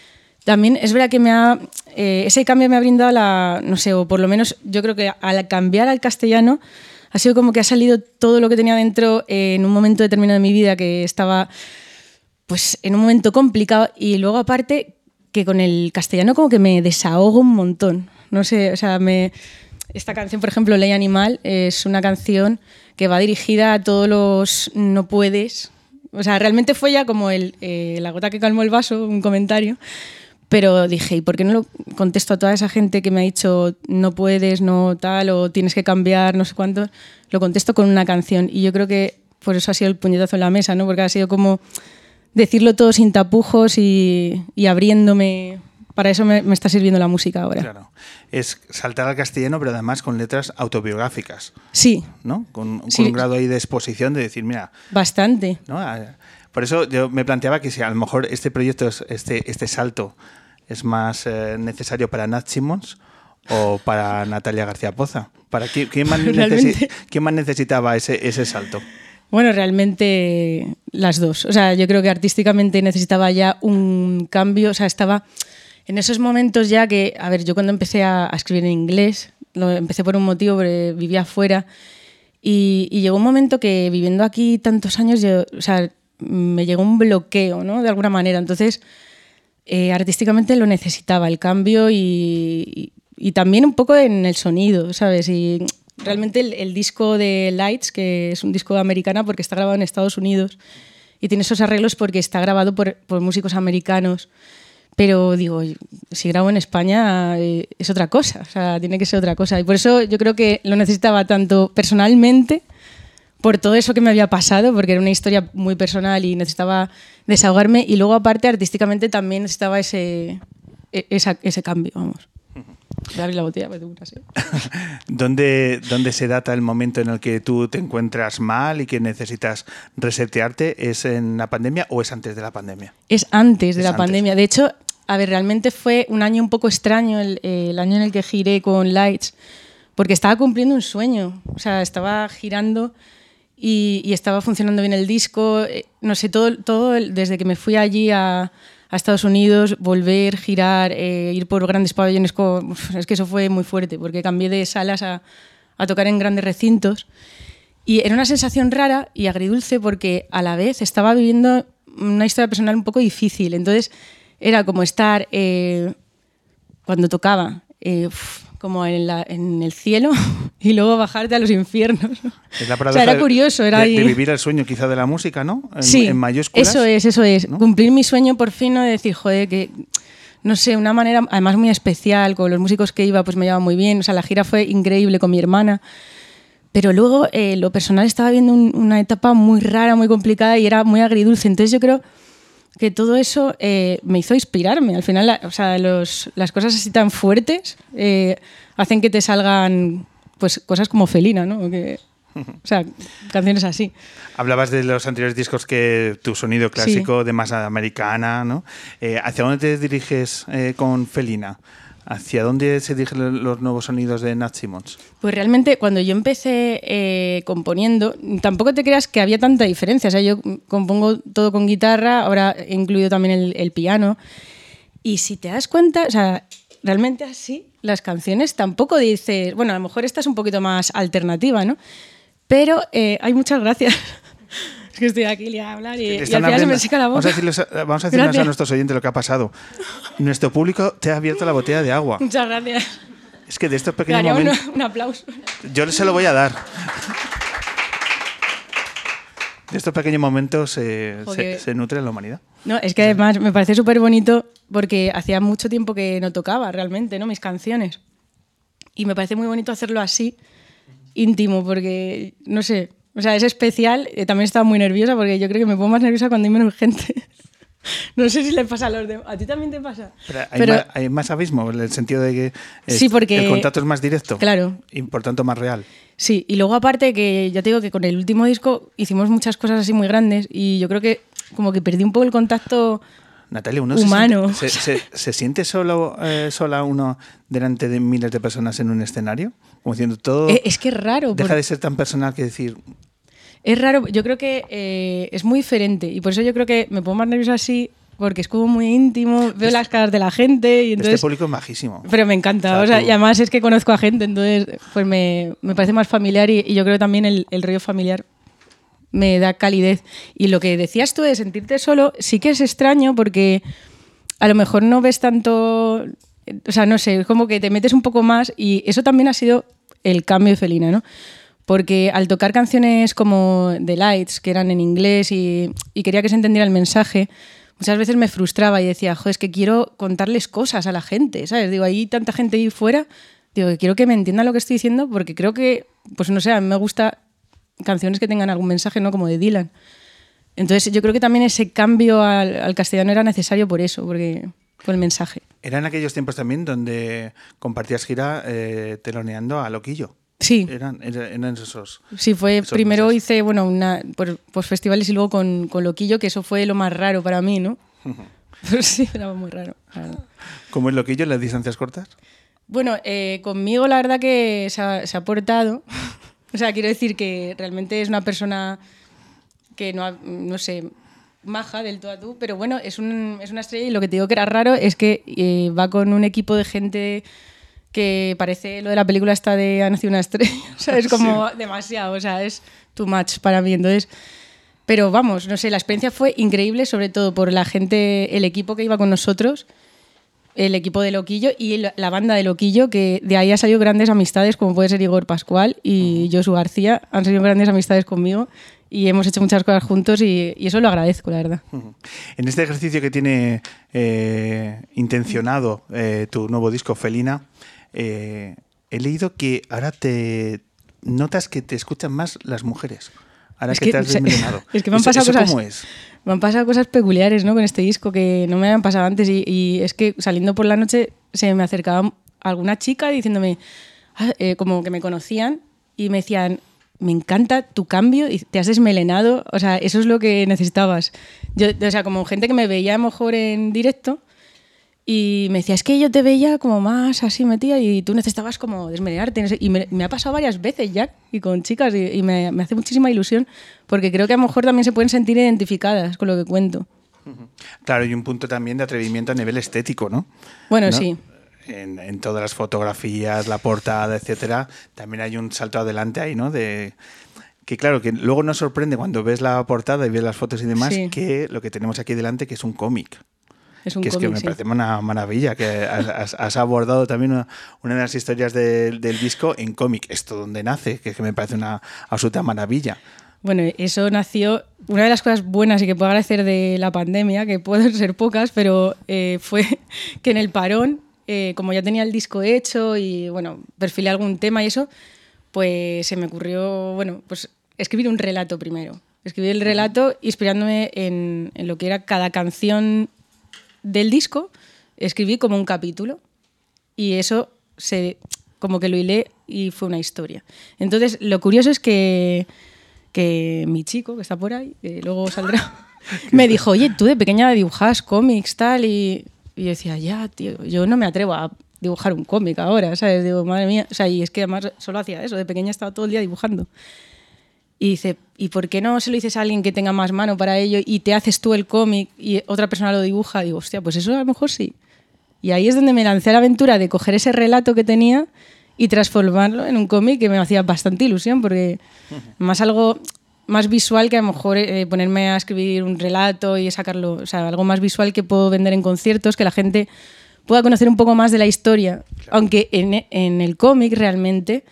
también es verdad que me ha, eh, ese cambio me ha brindado la, no sé, o por lo menos yo creo que al cambiar al castellano ha sido como que ha salido todo lo que tenía dentro eh, en un momento determinado de mi vida que estaba pues en un momento complicado, y luego aparte que con el castellano como que me desahogo un montón. No sé, o sea, me, esta canción, por ejemplo, Ley Animal, es una canción que va dirigida a todos los no puedes. O sea, realmente fue ya como el, eh, la gota que calmó el vaso, un comentario. Pero dije, ¿y por qué no lo contesto a toda esa gente que me ha dicho no puedes, no tal, o tienes que cambiar, no sé cuánto? Lo contesto con una canción. Y yo creo que por eso ha sido el puñetazo en la mesa, ¿no? Porque ha sido como decirlo todo sin tapujos y, y abriéndome. Para eso me, me está sirviendo la música ahora. Claro. Es saltar al castellano, pero además con letras autobiográficas. Sí. ¿No? Con, con Sí. un grado ahí de exposición de decir, mira... Bastante. ¿no? Por eso yo me planteaba que si a lo mejor este proyecto, es- este, este salto es más eh, necesario para Nat Simmons o para Natalia García Poza. ¿Para quién, quién, más, necesi- Realmente. quién más necesitaba ese, ese salto? Bueno, realmente las dos. O sea, yo creo que artísticamente necesitaba ya un cambio. O sea, estaba en esos momentos ya que, a ver, yo cuando empecé a, a escribir en inglés, lo empecé por un motivo, porque vivía afuera, y, y llegó un momento que viviendo aquí tantos años, yo, o sea, me llegó un bloqueo, ¿no? De alguna manera. Entonces, eh, artísticamente lo necesitaba, el cambio y, y, y también un poco en el sonido, ¿sabes? Y realmente el, el disco de Lights, que es un disco americana porque está grabado en Estados Unidos y tiene esos arreglos porque está grabado por, por músicos americanos. Pero digo, si grabo en España eh, es otra cosa, o sea, tiene que ser otra cosa. Y por eso yo creo que lo necesitaba tanto personalmente, por todo eso que me había pasado, porque era una historia muy personal y necesitaba desahogarme, y luego aparte artísticamente también necesitaba ese, e- esa- ese cambio, vamos. Voy a abrir la botella porque tengo una sed. ¿Dónde, ¿Dónde se data el momento en el que tú te encuentras mal y que necesitas resetearte? ¿Es en la pandemia o es antes de la pandemia? Es antes de Es la antes. pandemia. De hecho, a ver, realmente fue un año un poco extraño el, eh, el año en el que giré con Lights, porque estaba cumpliendo un sueño. O sea, estaba girando y, y estaba funcionando bien el disco. eh, No sé, todo, todo el- desde que me fui allí a, a Estados Unidos, volver, girar, eh, ir por grandes pabellones. Con, uf, es que eso fue muy fuerte, porque cambié de salas a, a tocar en grandes recintos. Y era una sensación rara y agridulce porque a la vez estaba viviendo una historia personal un poco difícil. Entonces era como estar, eh, cuando tocaba, eh, uf, como en, la- en el cielo y luego bajarte a los infiernos. Es la O sea, paradoja era de- curioso. Era de, ahí- de vivir el sueño quizá de la música, ¿no? En, sí, en mayúsculas. eso es, eso es. ¿no? Cumplir mi sueño por fin, ¿no? De decir, joder, que no sé, una manera además muy especial, con los músicos que iba pues me llevaba muy bien. O sea, la gira fue increíble con mi hermana. Pero luego, eh, lo personal, estaba viendo un- una etapa muy rara, muy complicada y era muy agridulce. Entonces yo creo que todo eso eh, me hizo inspirarme. Al final, la- o sea, los- las cosas así tan fuertes eh, hacen que te salgan pues cosas como Felina, ¿no? Que, o sea, canciones así. Hablabas de los anteriores discos, que tu sonido clásico de masa americana, ¿no? Eh, ¿Hacia dónde te diriges eh, con Felina? ¿Hacia dónde se dirigen los nuevos sonidos de Nat Simmons? Pues realmente cuando yo empecé eh, componiendo, tampoco te creas que había tanta diferencia. O sea, yo compongo todo con guitarra, ahora he incluido también el, el piano. Y si te das cuenta, o sea, realmente así, las canciones tampoco dices, bueno, a lo mejor esta es un poquito más alternativa, ¿no? Pero eh, hay muchas gracias. Es que estoy aquí liada a hablar y, y al Están final se me abriendo- seca la boca. Vamos a decirles, a- vamos a, decirles a Gracias. nuestros oyentes lo que ha pasado. Nuestro público te ha abierto la botella de agua. Muchas gracias. Es que de estos Te pequeños daría un, momentos... un aplauso. Yo se lo voy a dar. De estos pequeños momentos eh, se, Joder. se nutre la humanidad. No, es que además me parece súper bonito porque hacía mucho tiempo que no tocaba realmente, ¿no? Mis canciones. Y me parece muy bonito hacerlo así, íntimo, porque, no sé, o sea, es especial. Eh, También estaba muy nerviosa porque yo creo que me pongo más nerviosa cuando hay menos gente. No sé si le pasa a los demás. ¿A ti también te pasa? Pero hay, Pero- más, hay más abismo, en el sentido de que es- Sí, porque- el contacto es más directo. Claro. Y por tanto más real. Sí, y luego aparte que ya te digo que con el último disco hicimos muchas cosas así muy grandes y yo creo que como que perdí un poco el contacto. Natalia, uno Humano. Se, siente, se, se- se siente solo, eh, sola uno delante de miles de personas en un escenario? Como diciendo, todo Eh, es que es raro. deja porque- de ser tan personal que decir... Es raro, yo creo que eh, es muy diferente y por eso yo creo que me pongo más nerviosa así porque es como muy íntimo, veo las caras de la gente y entonces... Este público es majísimo. Pero me encanta, o sea, O sea, tú- y además es que conozco a gente, entonces pues me, me parece más familiar y, y yo creo que también el, el rollo familiar me da calidez. Y lo que decías tú de sentirte solo, sí que es extraño porque a lo mejor no ves tanto... O sea, no sé, es como que te metes un poco más y eso también ha sido el cambio de Felina, ¿no? Porque al tocar canciones como The Lights, que eran en inglés y, y quería que se entendiera el mensaje, muchas veces me frustraba y decía, joder, es que quiero contarles cosas a la gente, ¿sabes? Digo, hay tanta gente ahí fuera, digo, que quiero que me entiendan lo que estoy diciendo porque creo que, pues no sé, a mí me gusta canciones que tengan algún mensaje, ¿no? Como de Dylan. Entonces yo creo que también ese cambio al, al castellano era necesario por eso, porque por el mensaje. Eran aquellos tiempos también donde compartías gira eh, teloneando a Loquillo. Sí. Eran, eran esos. Sí, fue esos primero meses. hice, bueno, una, por, por festivales y luego con, con Loquillo, que eso fue lo más raro para mí, ¿no? Pues sí, era muy raro. La verdad. ¿Cómo es Loquillo en las distancias cortas? Bueno, eh, conmigo la verdad que se ha, se ha portado. O sea, quiero decir que realmente es una persona que no, ha- no sé, maja del todo a tú, pero bueno, es, un, es una estrella y lo que te digo que era raro es que eh, va con un equipo de gente que parece lo de la película esta de Ha nacido una estrella. O sea, es como demasiado, o sea, es too much para mí. Entonces, pero vamos, no sé, la experiencia fue increíble, sobre todo por la gente, el equipo que iba con nosotros, el equipo de Loquillo y la la banda de Loquillo, que de ahí ha salido grandes amistades, como puede ser Igor Pascual y Josu García, han salido grandes amistades conmigo y hemos hecho muchas cosas juntos y, y eso lo agradezco, la verdad. En este ejercicio que tiene eh, intencionado eh, tu nuevo disco, Felina, eh, he leído que ahora te notas que te escuchan más las mujeres. Ahora Es que, que te has se- desmelenado. es que me han ¿Eso- pasado eso cosas- ¿Cómo es? Me han pasado cosas peculiares, ¿no? Con este disco que no me habían pasado antes y, y es que saliendo por la noche se me acercaba alguna chica diciéndome, ah, eh, como que me conocían y me decían, me encanta tu cambio y te has desmelenado, o sea, eso es lo que necesitabas. Yo, o sea, como gente que me veía a lo mejor en directo y me decía, es que yo te veía como más así metida y tú necesitabas como desmelenarte. no sé. Y me, me ha pasado varias veces ya y con chicas y, y me, me hace muchísima ilusión porque creo que a lo mejor también se pueden sentir identificadas con lo que cuento. Claro, y un punto también de atrevimiento a nivel estético, ¿no? Bueno, ¿No? sí. En, en todas las fotografías, la portada, etcétera, también hay un salto adelante ahí, ¿no? De que claro, que luego nos sorprende cuando ves la portada y ves las fotos y demás, Sí. que lo que tenemos aquí delante que es un cómic. Es un que es que cómic, me sí. parece una maravilla, que has, has- has abordado también una, una de las historias del- del disco en cómic. Esto donde nace, que, es que me parece una absoluta maravilla. Bueno, eso nació. Una de las cosas buenas y que puedo agradecer de la pandemia, que pueden ser pocas, pero eh, fue que en el parón, eh, como ya tenía el disco hecho y bueno, perfilé algún tema y eso, pues se me ocurrió, bueno, pues escribir un relato primero. Escribí el relato inspirándome en, en lo que era cada canción del disco, escribí como un capítulo y eso se como que lo hilé y fue una historia. Entonces, lo curioso es que, que mi chico, que está por ahí, que luego saldrá, me dijo, oye, tú de pequeña dibujabas cómics, tal, y, y yo decía, ya, tío, yo no me atrevo a dibujar un cómic ahora, ¿sabes? Digo, madre mía, o sea, y es que además solo hacía eso, de pequeña estaba todo el día dibujando. Y dice, ¿y por qué no se lo dices a alguien que tenga más mano para ello y te haces tú el cómic y otra persona lo dibuja? Y digo, hostia, pues eso a lo mejor sí. Y ahí es donde me lancé a la aventura de coger ese relato que tenía y transformarlo en un cómic que me hacía bastante ilusión, porque más algo más visual que a lo mejor eh, ponerme a escribir un relato y sacarlo, o sea, algo más visual que puedo vender en conciertos, que la gente pueda conocer un poco más de la historia. Claro. Aunque en, en el cómic realmente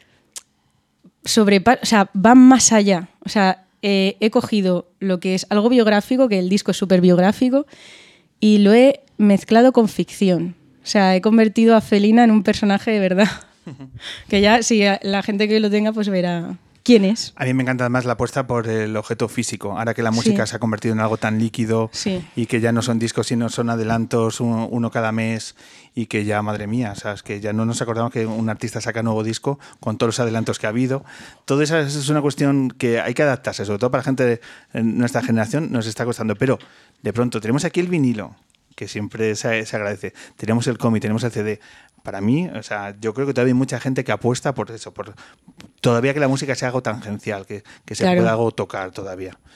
sobre, o sea, va más allá. O sea, eh, he cogido lo que es algo biográfico, que el disco es súper biográfico, y lo he mezclado con ficción. O sea, he convertido a Felina en un personaje de verdad. Que ya, si la gente que lo tenga, pues verá quién es. A mí me encanta además la apuesta por el objeto físico. Ahora que la música Sí. se ha convertido en algo tan líquido Sí. y que ya no son discos, sino son adelantos, uno, uno cada mes, y que ya, madre mía, ¿sabes? Que ya no nos acordamos que un artista saca nuevo disco con todos los adelantos que ha habido. Todo eso es una cuestión que hay que adaptarse, sobre todo para la gente de nuestra generación nos está costando. Pero de pronto tenemos aquí el vinilo, que siempre se, se agradece. Tenemos el cómic, tenemos el C D. Para mí, o sea, yo creo que todavía hay mucha gente que apuesta por eso, por todavía que la música sea algo tangencial, que, que se Claro. pueda algo tocar todavía.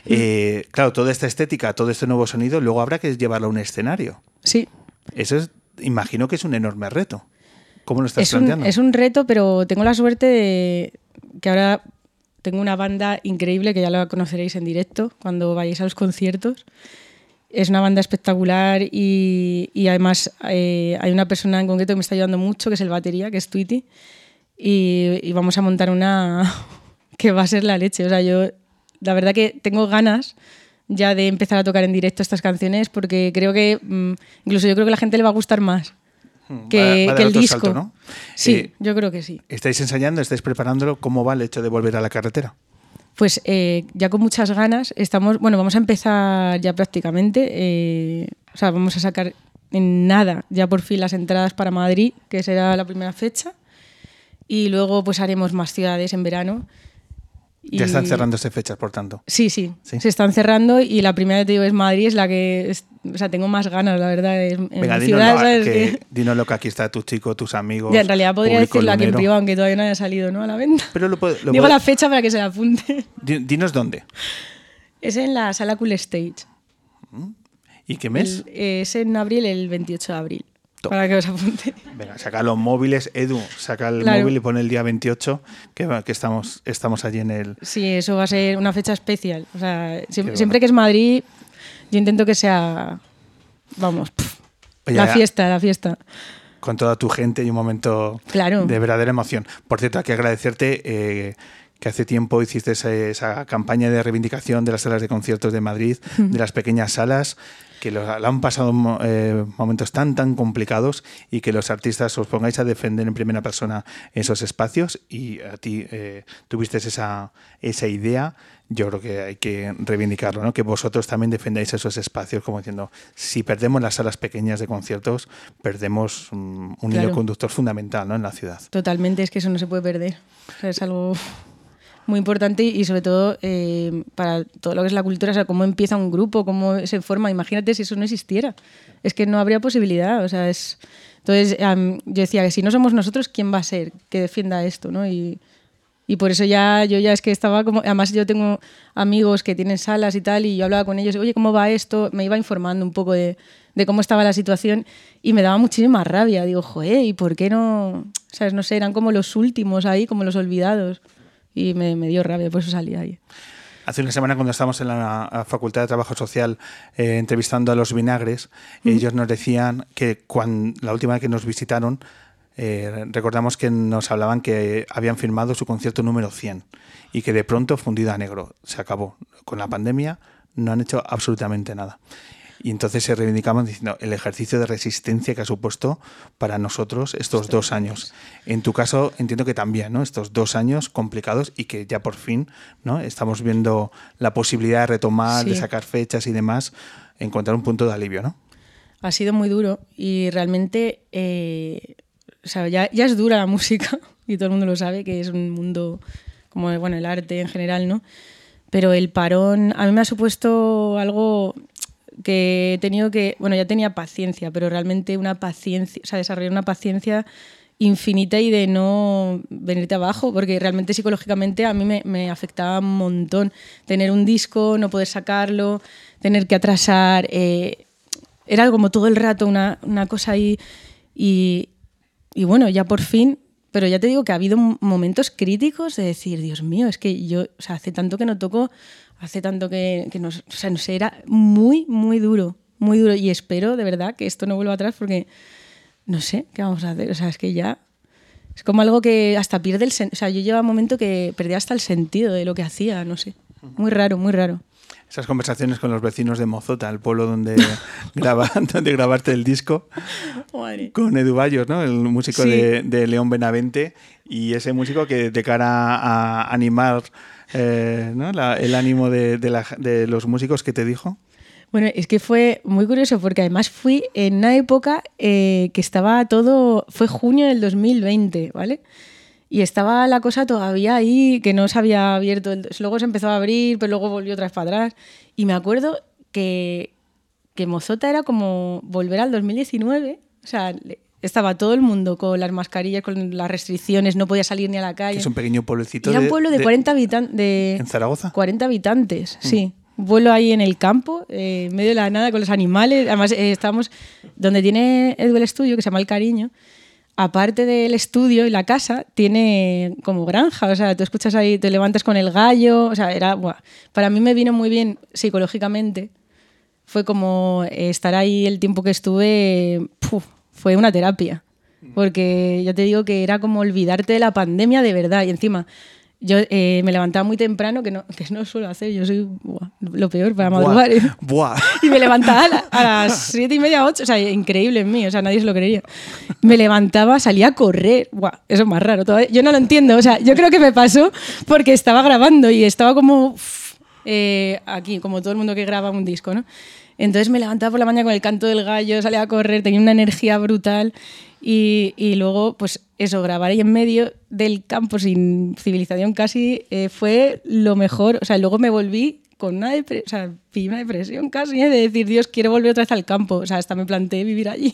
Eh, claro, toda esta estética, todo este nuevo sonido, luego habrá que llevarlo a un escenario. Sí. Eso es, imagino que es un enorme reto. ¿Cómo lo estás Es un, planteando? es un reto, pero tengo la suerte de que ahora tengo una banda increíble que ya la conoceréis en directo cuando vayáis a los conciertos. Es una banda espectacular y, y además eh, hay una persona en concreto que me está ayudando mucho, que es el batería, que es Tweety, y, y vamos a montar una que va a ser la leche. O sea, yo la verdad que tengo ganas ya de empezar a tocar en directo estas canciones porque creo que, mmm, incluso yo creo que a la gente le va a gustar más que, va, va que el otro disco. salto, ¿no? Sí, Eh, yo creo que sí. ¿Estáis ensayando, estáis preparándolo? ¿Cómo va el hecho de volver a la carretera? Pues eh, ya con muchas ganas estamos, bueno, vamos a empezar ya prácticamente, eh, o sea, vamos a sacar en nada ya por fin las entradas para Madrid, que será la primera fecha, y luego pues haremos más ciudades en verano. Y Ya están cerrándose fechas, por tanto. Sí, sí, ¿Sí? se están cerrando y la primera que te digo es Madrid, es la que, es, o sea, tengo más ganas, la verdad, en Venga, mi dínoslo, ciudad, ah, ¿sabes? que, Que- dínoslo que aquí está tu chico, tus amigos. Ya, en realidad podría público decirlo aquí en lunero. privado, aunque todavía no haya salido, ¿no?, a la venta. Pero lo, puede- lo Digo puede- la fecha para que se la apunte. di- Dinos dónde. Es en la Sala Cool Stage. ¿Y qué mes? El- es en abril, el veintiocho de abril. Toma. Para que os apunte. Venga, saca los móviles. Edu, saca el Claro. móvil y pone el día veintiocho, que, va- que estamos, estamos allí en el... Sí, eso va a ser una fecha especial. O sea, Qué siempre, bueno. siempre que es Madrid, yo intento que sea, vamos, pf, Oye, la ya- fiesta, la fiesta. con toda tu gente y un momento Claro. de verdadera emoción. Por cierto, hay que agradecerte eh, que hace tiempo hiciste esa, esa campaña de reivindicación de las salas de conciertos de Madrid, de las pequeñas salas, que lo, lo han pasado eh, momentos tan, tan complicados y que los artistas os pongáis a defender en primera persona esos espacios y a ti eh, tuviste esa, esa idea. Yo creo que hay que reivindicarlo, ¿no? Que vosotros también defendáis esos espacios, como diciendo, si perdemos las salas pequeñas de conciertos, perdemos um, un Claro. hilo conductor fundamental, ¿no?, en la ciudad. Totalmente, es que eso no se puede perder. O sea, es algo muy importante y sobre todo eh, para todo lo que es la cultura, o sea, cómo empieza un grupo, cómo se forma. Imagínate si eso no existiera. Es que no habría posibilidad. O sea, es... Entonces, um, yo decía que si no somos nosotros, ¿quién va a ser que defienda esto, ¿no? Y, y por eso ya yo ya es que estaba como... Además, yo tengo amigos que tienen salas y tal, y yo hablaba con ellos, oye, ¿cómo va esto? Me iba informando un poco de, de cómo estaba la situación y me daba muchísima rabia. Digo, joder, ¿y por qué no...? ¿Sabes? No sé, eran como los últimos ahí, como los olvidados. Y me, me dio rabia, por eso salí ahí. Hace una semana, cuando estábamos en la a Facultad de Trabajo Social eh, entrevistando a los Vinagres, ellos nos decían que cuando, la última vez que nos visitaron, eh, recordamos que nos hablaban que habían firmado su concierto número cien y que de pronto, fundido a negro, se acabó. Con la pandemia no han hecho absolutamente nada. Y entonces se reivindicamos diciendo el ejercicio de resistencia que ha supuesto para nosotros estos dos años. En tu caso entiendo que también, ¿no?, estos dos años complicados y que ya por fin, ¿no?, estamos viendo la posibilidad de retomar, Sí. de sacar fechas y demás, encontrar un punto de alivio, ¿no? Ha sido muy duro y realmente eh, o sea, ya, ya es dura la música y todo el mundo lo sabe, que es un mundo como bueno, el arte en general, ¿no? Pero el parón a mí me ha supuesto algo que he tenido que, bueno, ya tenía paciencia, pero realmente una paciencia, o sea, desarrollar una paciencia infinita y de no venirte abajo, porque realmente psicológicamente a mí me, me afectaba un montón tener un disco, no poder sacarlo, tener que atrasar, eh, era como todo el rato una, una cosa ahí y, y bueno, ya por fin, pero ya te digo que ha habido momentos críticos de decir, Dios mío, es que yo, o sea, hace tanto que no toco, hace tanto que, que no, o sea, no sé, era muy, muy duro, muy duro y espero de verdad que esto no vuelva atrás porque no sé qué vamos a hacer, o sea, es que ya es como algo que hasta pierde el sentido, o sea, yo llevaba un momento que perdía hasta el sentido de lo que hacía, no sé, muy raro, muy raro. Esas conversaciones con los vecinos de Mozota, el pueblo donde, graba, donde grabaste el disco, Madre. con Edu Bayos, ¿no?, el músico Sí. de, de León Benavente, y ese músico que de cara a animar eh, ¿no?, la, el ánimo de, de, la, de los músicos, ¿qué te dijo? Bueno, es que fue muy curioso porque además fui en una época eh, que estaba todo, fue junio del dos mil veinte, ¿vale? Y estaba la cosa todavía ahí, que no se había abierto. El, luego se empezó a abrir, pero luego volvió otra vez para atrás. Y me acuerdo que, que Mozota era como volver al dos mil diecinueve. O sea, le- estaba todo el mundo con las mascarillas, con las restricciones, no podía salir ni a la calle. Que es un pequeño pueblecito Era un de- pueblo de, de- cuarenta habitantes. De ¿En Zaragoza? cuarenta habitantes, sí. vuelo ahí en el campo, eh, en medio de la nada, con los animales. Además, eh, estábamos donde tiene Edu el estudio, que se llama El Cariño. Aparte del estudio y la casa, tiene como granja. O sea, tú escuchas ahí, te levantas con el gallo. O sea, era... Buah. Para mí me vino muy bien psicológicamente. Fue como eh, estar ahí el tiempo que estuve... Puf, fue una terapia. Porque ya te digo que era como olvidarte de la pandemia de verdad. Y encima... Yo eh, me levantaba muy temprano, que no, que no suelo hacer, yo soy buah, lo peor para madrugar. ¿eh? Buah. Y me levantaba a, la, a las siete y media, ocho, o sea, increíble en mí, o sea, nadie se lo creería. Me levantaba, salía a correr, buah, eso es más raro todavía. Yo no lo entiendo, o sea, yo creo que me pasó porque estaba grabando y estaba como uff, eh, aquí, como todo el mundo que graba un disco, ¿no? Entonces me levantaba por la mañana con el canto del gallo, salía a correr, tenía una energía brutal. Y, y luego, pues eso, grabar ahí en medio del campo sin civilización casi eh, fue lo mejor. O sea, luego me volví con una, depre- o sea, pillé una depresión casi ¿eh? de decir, Dios, quiero volver otra vez al campo. O sea, hasta me planteé vivir allí.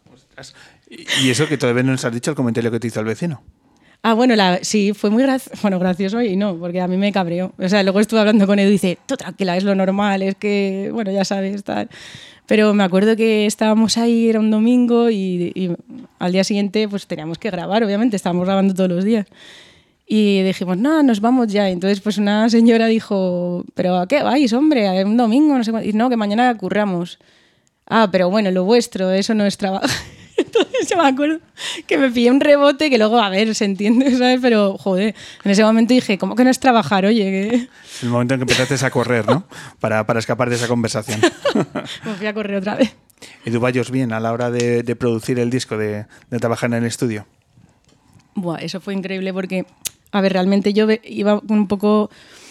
Y eso que todavía no nos has dicho el comentario que te hizo el vecino. Ah, bueno, la, sí, fue muy grac- bueno, gracioso y no, porque a mí me cabreó. O sea, luego estuve hablando con Edu y dice, tú tranquila, es lo normal, es que, bueno, ya sabes, tal. Pero me acuerdo que estábamos ahí, era un domingo y, y al día siguiente pues teníamos que grabar, obviamente, estábamos grabando todos los días. Y dijimos, no, nos vamos ya. Entonces pues una señora dijo, ¿pero a qué vais, hombre? ¿A un domingo? No sé cuándo. Y no, que mañana curramos. Ah, pero bueno, lo vuestro, eso no es trabajo. Entonces yo me acuerdo que me pillé un rebote que luego, a ver, se entiende, ¿sabes? Pero, joder, en ese momento dije, ¿cómo que no es trabajar? Oye, que... El momento en que empezaste a correr, ¿no? Para, para escapar de esa conversación. Me fui a correr otra vez. ¿Edu Bayos bien a la hora de, de producir el disco, de, de trabajar en el estudio? Buah, eso fue increíble porque, a ver, realmente yo iba un poco...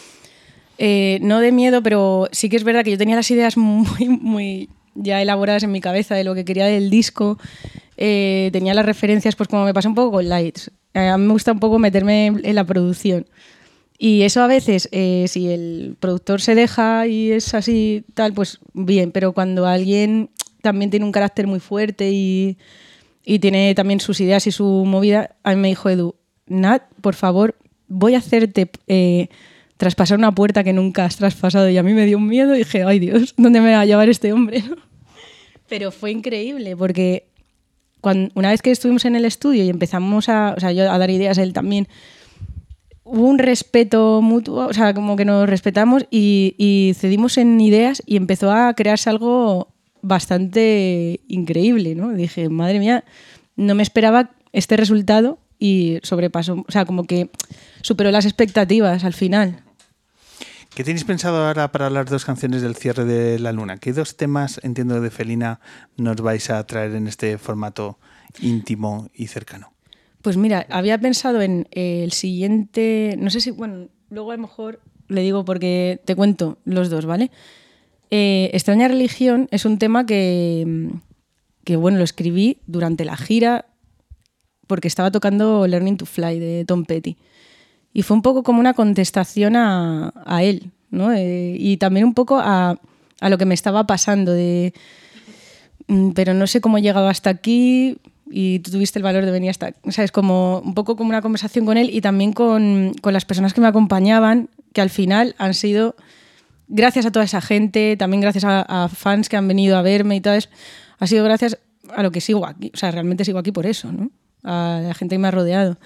Eh, no de miedo, pero sí que es verdad que yo tenía las ideas muy, muy ya elaboradas en mi cabeza de lo que quería del disco. Eh, tenía las referencias, pues como me pasó un poco con Lights. Eh, a mí me gusta un poco meterme en, en la producción. Y eso a veces, eh, si el productor se deja y es así, tal, pues bien. Pero cuando alguien también tiene un carácter muy fuerte y, y tiene también sus ideas y su movida, a mí me dijo Edu, Nat, por favor, voy a hacerte... Eh, traspasar una puerta que nunca has traspasado, y a mí me dio un miedo y dije, ay Dios, ¿dónde me va a llevar este hombre? Pero fue increíble porque cuando, una vez que estuvimos en el estudio y empezamos a, o sea, yo a dar ideas a él también, hubo un respeto mutuo, o sea, como que nos respetamos y, y cedimos en ideas y empezó a crearse algo bastante increíble, ¿no? Dije, madre mía, no me esperaba este resultado y sobrepasó, o sea, como que superó las expectativas al final. ¿Qué tenéis pensado ahora para las dos canciones del cierre de La Luna? ¿Qué dos temas, entiendo, de Felina nos vais a traer en este formato íntimo y cercano? Pues mira, había pensado en eh, el siguiente, no sé si, bueno, luego a lo mejor le digo porque te cuento los dos, ¿vale? Eh, Extraña Religión es un tema que, que, bueno, lo escribí durante la gira porque estaba tocando Learning to Fly de Tom Petty. Y fue un poco como una contestación a, a él, ¿no? Eh, y también un poco a, a lo que me estaba pasando de... Pero no sé cómo he llegado hasta aquí y tú tuviste el valor de venir hasta... O sea, es como un poco como una conversación con él y también con, con las personas que me acompañaban, que al final han sido... Gracias a toda esa gente, también gracias a, a fans que han venido a verme y todo eso, ha sido gracias a lo que sigo aquí. O sea, realmente sigo aquí por eso, ¿no? A la gente que me ha rodeado.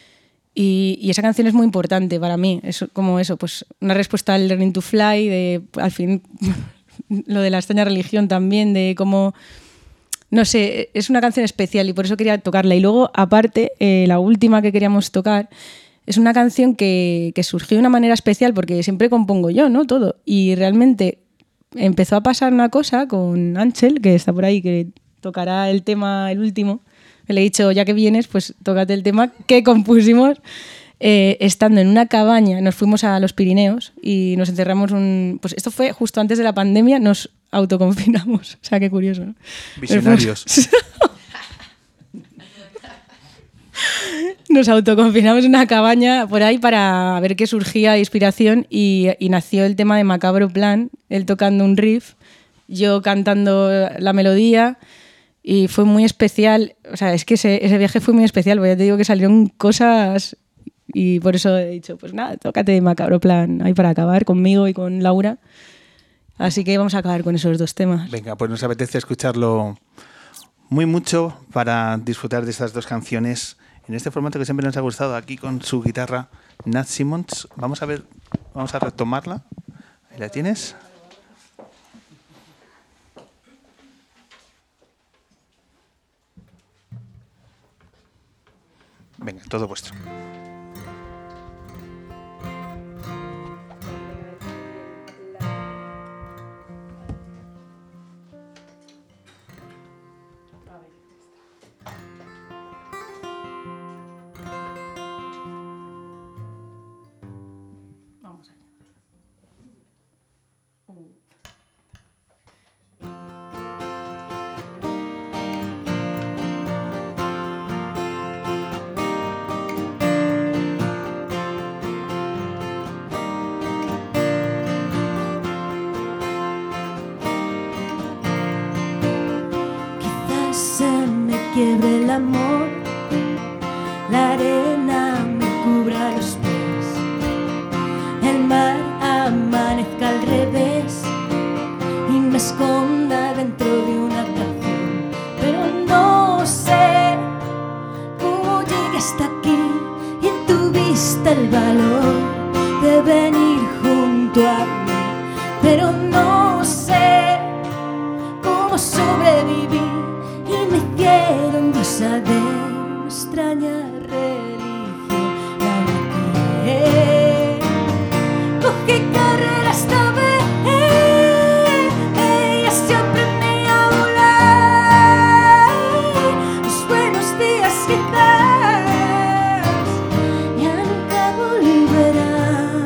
Y, y esa canción es muy importante para mí. Es como eso, pues una respuesta al Learning to Fly, de al fin lo de la extraña religión también, de cómo, no sé, es una canción especial y por eso quería tocarla. Y luego, aparte, eh, la última que queríamos tocar es una canción que, que surgió de una manera especial porque siempre compongo yo, ¿no? Todo. Y realmente empezó a pasar una cosa con Ángel, que está por ahí, que tocará el tema, el último. Le he dicho, ya que vienes, pues tócate el tema que compusimos eh, estando en una cabaña. Nos fuimos a los Pirineos y nos encerramos un... Pues esto fue justo antes de la pandemia, nos autoconfinamos. O sea, qué curioso, ¿no? Visionarios. Nos autoconfinamos en una cabaña por ahí para ver qué surgía de inspiración y, y nació el tema de Macabro Plan, él tocando un riff, yo cantando la melodía. Y fue muy especial, o sea, es que ese, ese viaje fue muy especial, porque ya te digo que salieron cosas y por eso he dicho, pues nada, tócate Macabro Plan ahí para acabar conmigo y con Laura. Así que vamos a acabar con esos dos temas. Venga, pues nos apetece escucharlo muy mucho para disfrutar de estas dos canciones en este formato que siempre nos ha gustado, aquí con su guitarra Nat Simmons. Vamos a ver, vamos a retomarla. Ahí la tienes. Venga, todo vuestro. Quiebre el amor, la arena me cubra los pies, el mar amanezca al revés y me esconda dentro de una canción. Pero no sé cómo llegué hasta aquí y tuviste el valor de venir junto a mí. Pero no sé cómo sobreviví y me hicieron diosa de una extraña religión. La maté, cogí carrera esta vez y así aprendí a volar. Los buenos días quizás ya nunca volverán.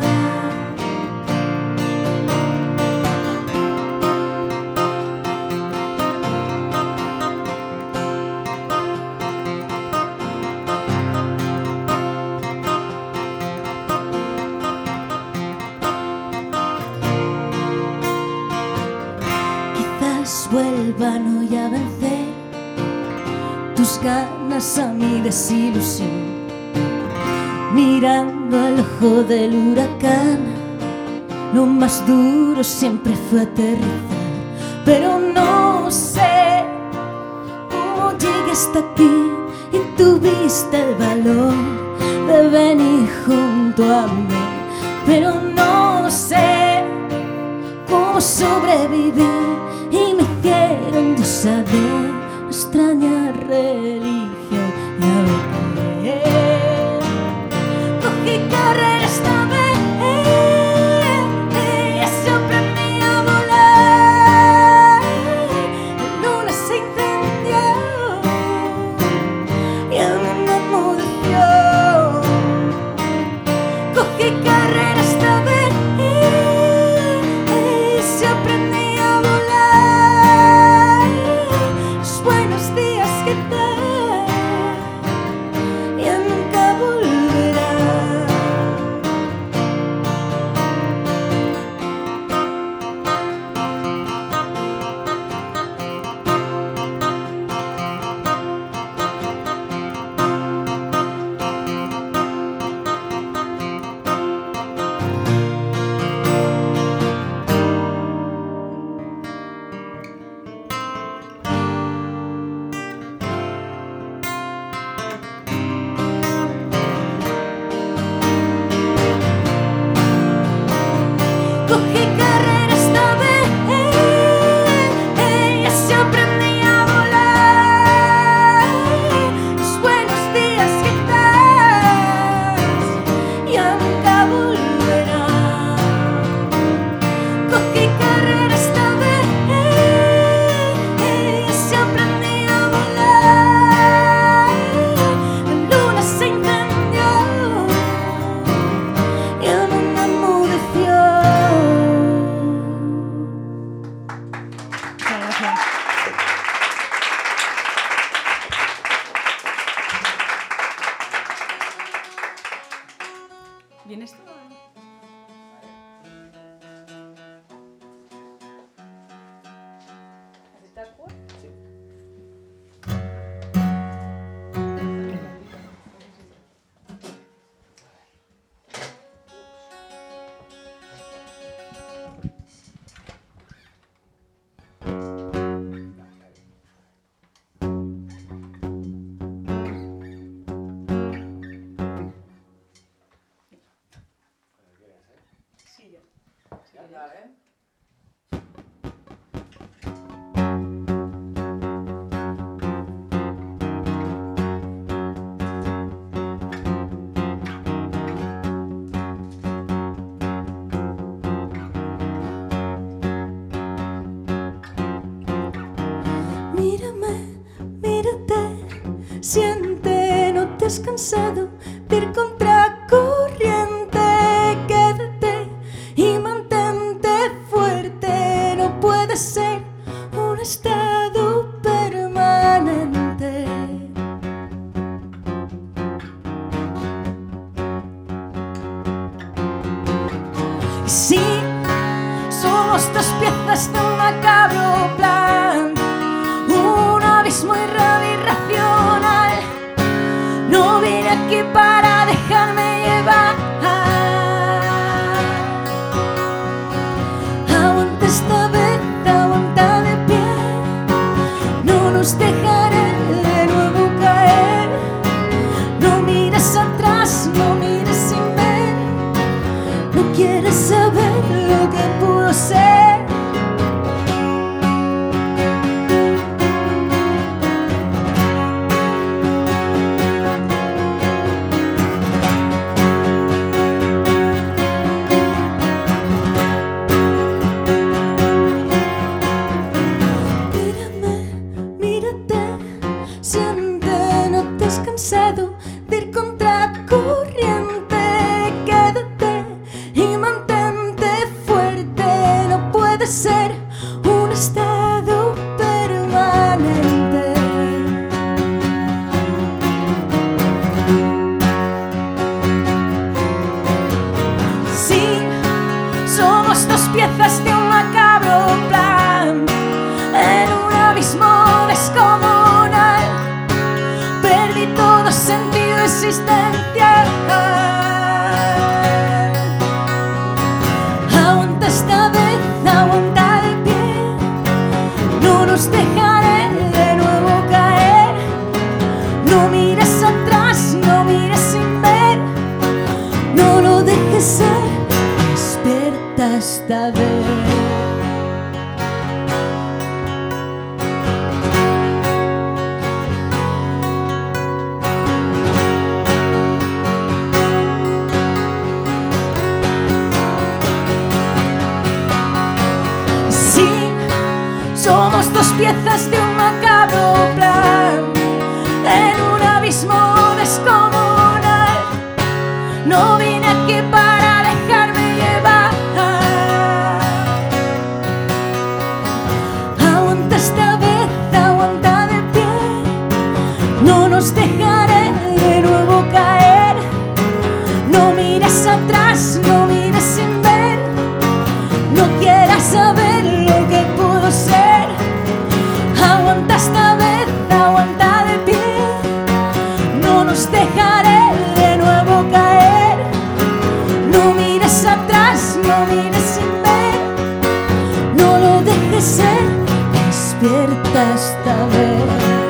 Vuelvan hoy a vencer tus ganas a mi desilusión, mirando al ojo del huracán. Lo más duro siempre fue aterrizar, pero no sé cómo llegué hasta aquí y tuviste el valor de venir junto a mí. Pero no sé cómo sobreviví y me hicieron diosa de una extraña religión. Y a ver, cogí carrera esta vez y así aprendí a volar. La luna se incendió y a mí me enmudeció. Cogí carrera esta vez y así aprendí a volar. Los buenos días que dan ya nunca volverán. Cogí carrera esta vez y así aprendí a volar. Los buenos días quizás ya nunca volverán. Cogí carrera esta vez y así aprendí a volar. La luna se incendió y a mí me enmudeció. ¿Vienes tú? Siente, no te has cansado de ir contracorriente. Quédate y mantente fuerte. No puede ser un estado permanente. Sí, somos dos piezas de un macabro plan, un abismo irracional. No vine aquí para dejarme llevar. Aguanta esta vez, aguanta de pie. No nos dejaré de nuevo caer. No mires atrás, no mires sin ver. No quieres saber lo que pudo ser. Cansado de ir contracorriente. Quédate y mantente fuerte. No puede ser un estado permanente. Sí, somos dos piezas de un macabro plan en un abismo descomunal. Perdí todo sentido existencial. Aguanta esta vez, aguanta de pie. No nos dejaré de nuevo caer. No mires atrás, no mires sin ver. No lo dejes ser, despierta esta vez. Somos dos piezas de un macabro plan en un abismo descomunal. No vine aquí para dejarme llevar. Aguanta esta vez, aguanta de pie. No nos dejaré de nuevo caer. No mires atrás, no mires sin ver. No quieras saber lo que pudo ser. Aguanta esta vez, aguanta de pie. No nos dejaré de nuevo caer. No mires atrás, no mires sin ver. No lo dejes ser, despierta esta vez.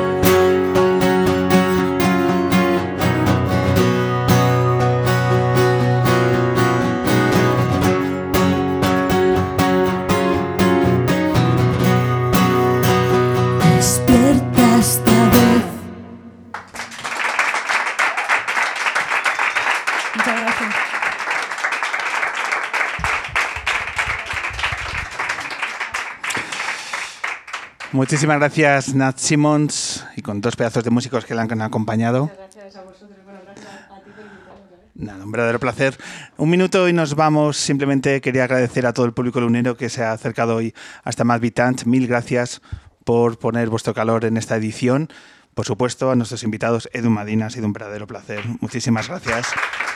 Muchísimas gracias, Nat Simmons, y con dos pedazos de músicos que la han acompañado. Muchas gracias a vosotros. Bueno, gracias a ti por invitarnos. Nada, un verdadero placer. Un minuto y nos vamos. Simplemente quería agradecer a todo el público lunero que se ha acercado hoy hasta Malvitant. Mil gracias por poner vuestro calor en esta edición. Por supuesto, a nuestros invitados, Edu Madina, ha sido un verdadero placer. Muchísimas gracias.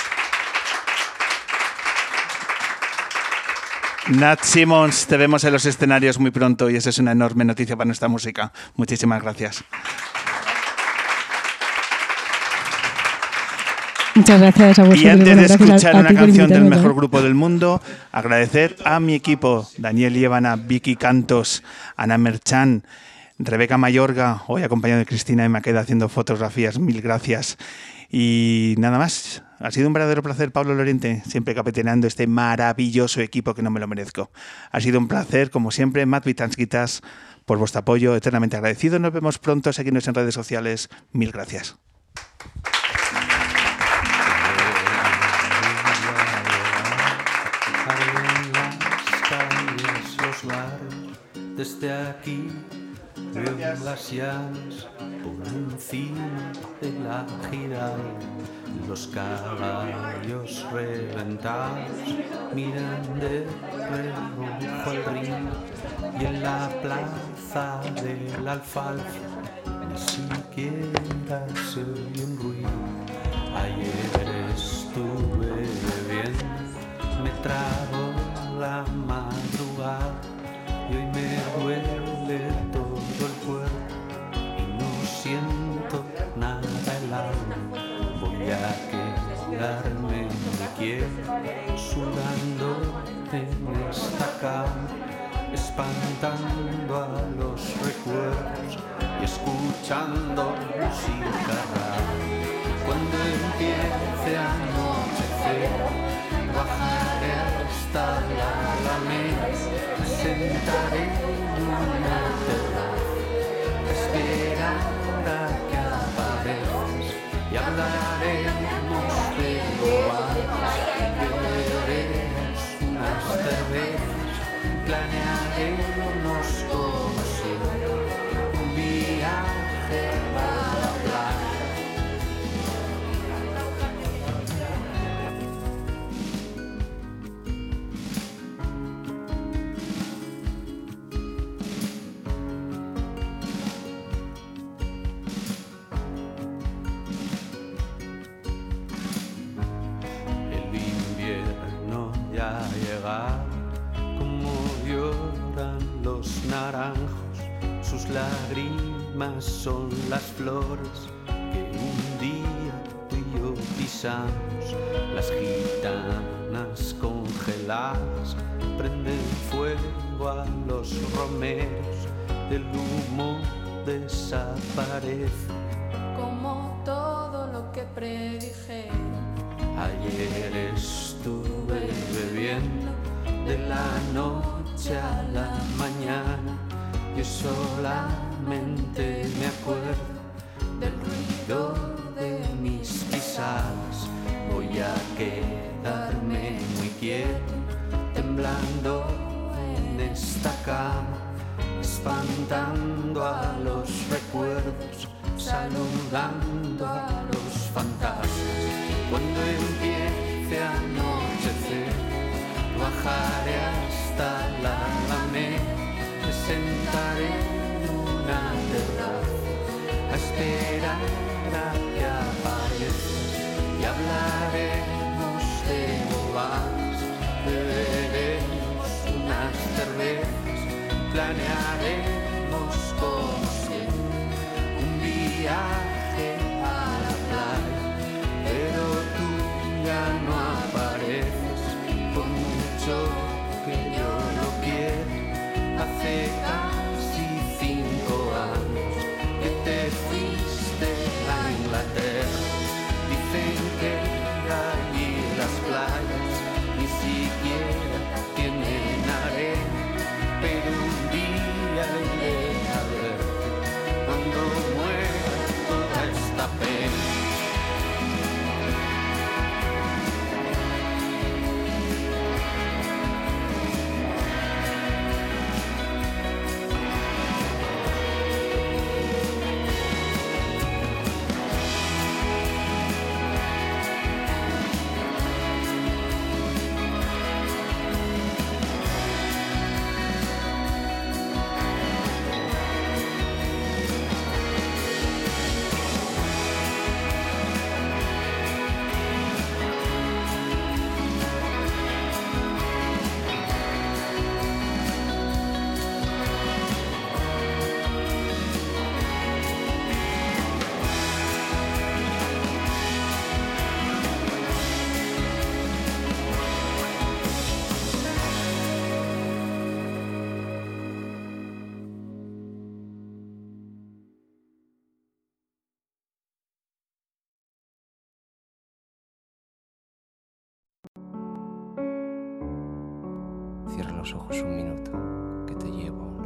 Nat Simmons, te vemos en los escenarios muy pronto y eso es una enorme noticia para nuestra música. Muchísimas gracias. Muchas gracias a vosotros. Y antes bueno, de escuchar a, a una canción del mejor ¿eh? grupo del mundo, agradecer a mi equipo, Daniel Liébana, Vicky Cantos, Ana Merchan, Rebeca Mayorga, hoy acompañado de Cristina y Maqueda haciendo fotografías, mil gracias. Y nada más. Ha sido un verdadero placer, Pablo Lorente, siempre capitaneando este maravilloso equipo que no me lo merezco. Ha sido un placer, como siempre, Matt Vitanskitas, por vuestro apoyo, eternamente agradecido. Nos vemos pronto, seguidnos en redes sociales. Mil gracias. Desde aquí veo las llamas por encima de la giral. Los caballos reventados miran de reojo al río, y en la plaza del alfalfa ni siquiera se oye un ruido. Ayer estuve bebiendo, me trago la madrugada y hoy me duele todo el cuerpo y no siento nada helado. Voy a quedarme quieto, sudando en esta cama, espantando a los recuerdos y escuchando música rara. Cuando empiece a anochecer, bajaré hasta la alameda, me sentaré en una terraza, esperar a que aparezcas y hablaremos de lo más, beberemos unas cervezas, planearemos como siempre un viaje a la playa. Como lloran los naranjos, sus lágrimas son las flores que un día tú y yo pisamos. Las gitanas congeladas prenden fuego a los romeros, el humo desaparece como todo lo que predije. Ayer estuve bebiendo de la noche a la mañana y solamente me acuerdo del ruido de mis pisadas. Voy a quedarme muy quieto, temblando en esta cama, espantando a los recuerdos, saludando a los fantasmas. Cuando empiece a anochecer, bajaré hasta la alameda, me sentaré en una terraza a esperar a que aparezcas y hablaremos de bobadas, beberemos unas cervezas, planearemos como siempre un viaje a la playa. Pero tú ya no apareces, por mucho que yo lo quiera. Hace casi cinco años que te fuiste a Inglaterra. Dicen que allí las playas ni siquiera tienen arena, pero un día iré a verte cuando muera todo. los ojos un minuto, que te llevo a un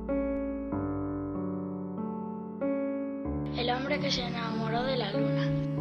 lugar. El hombre que se enamoró de la luna.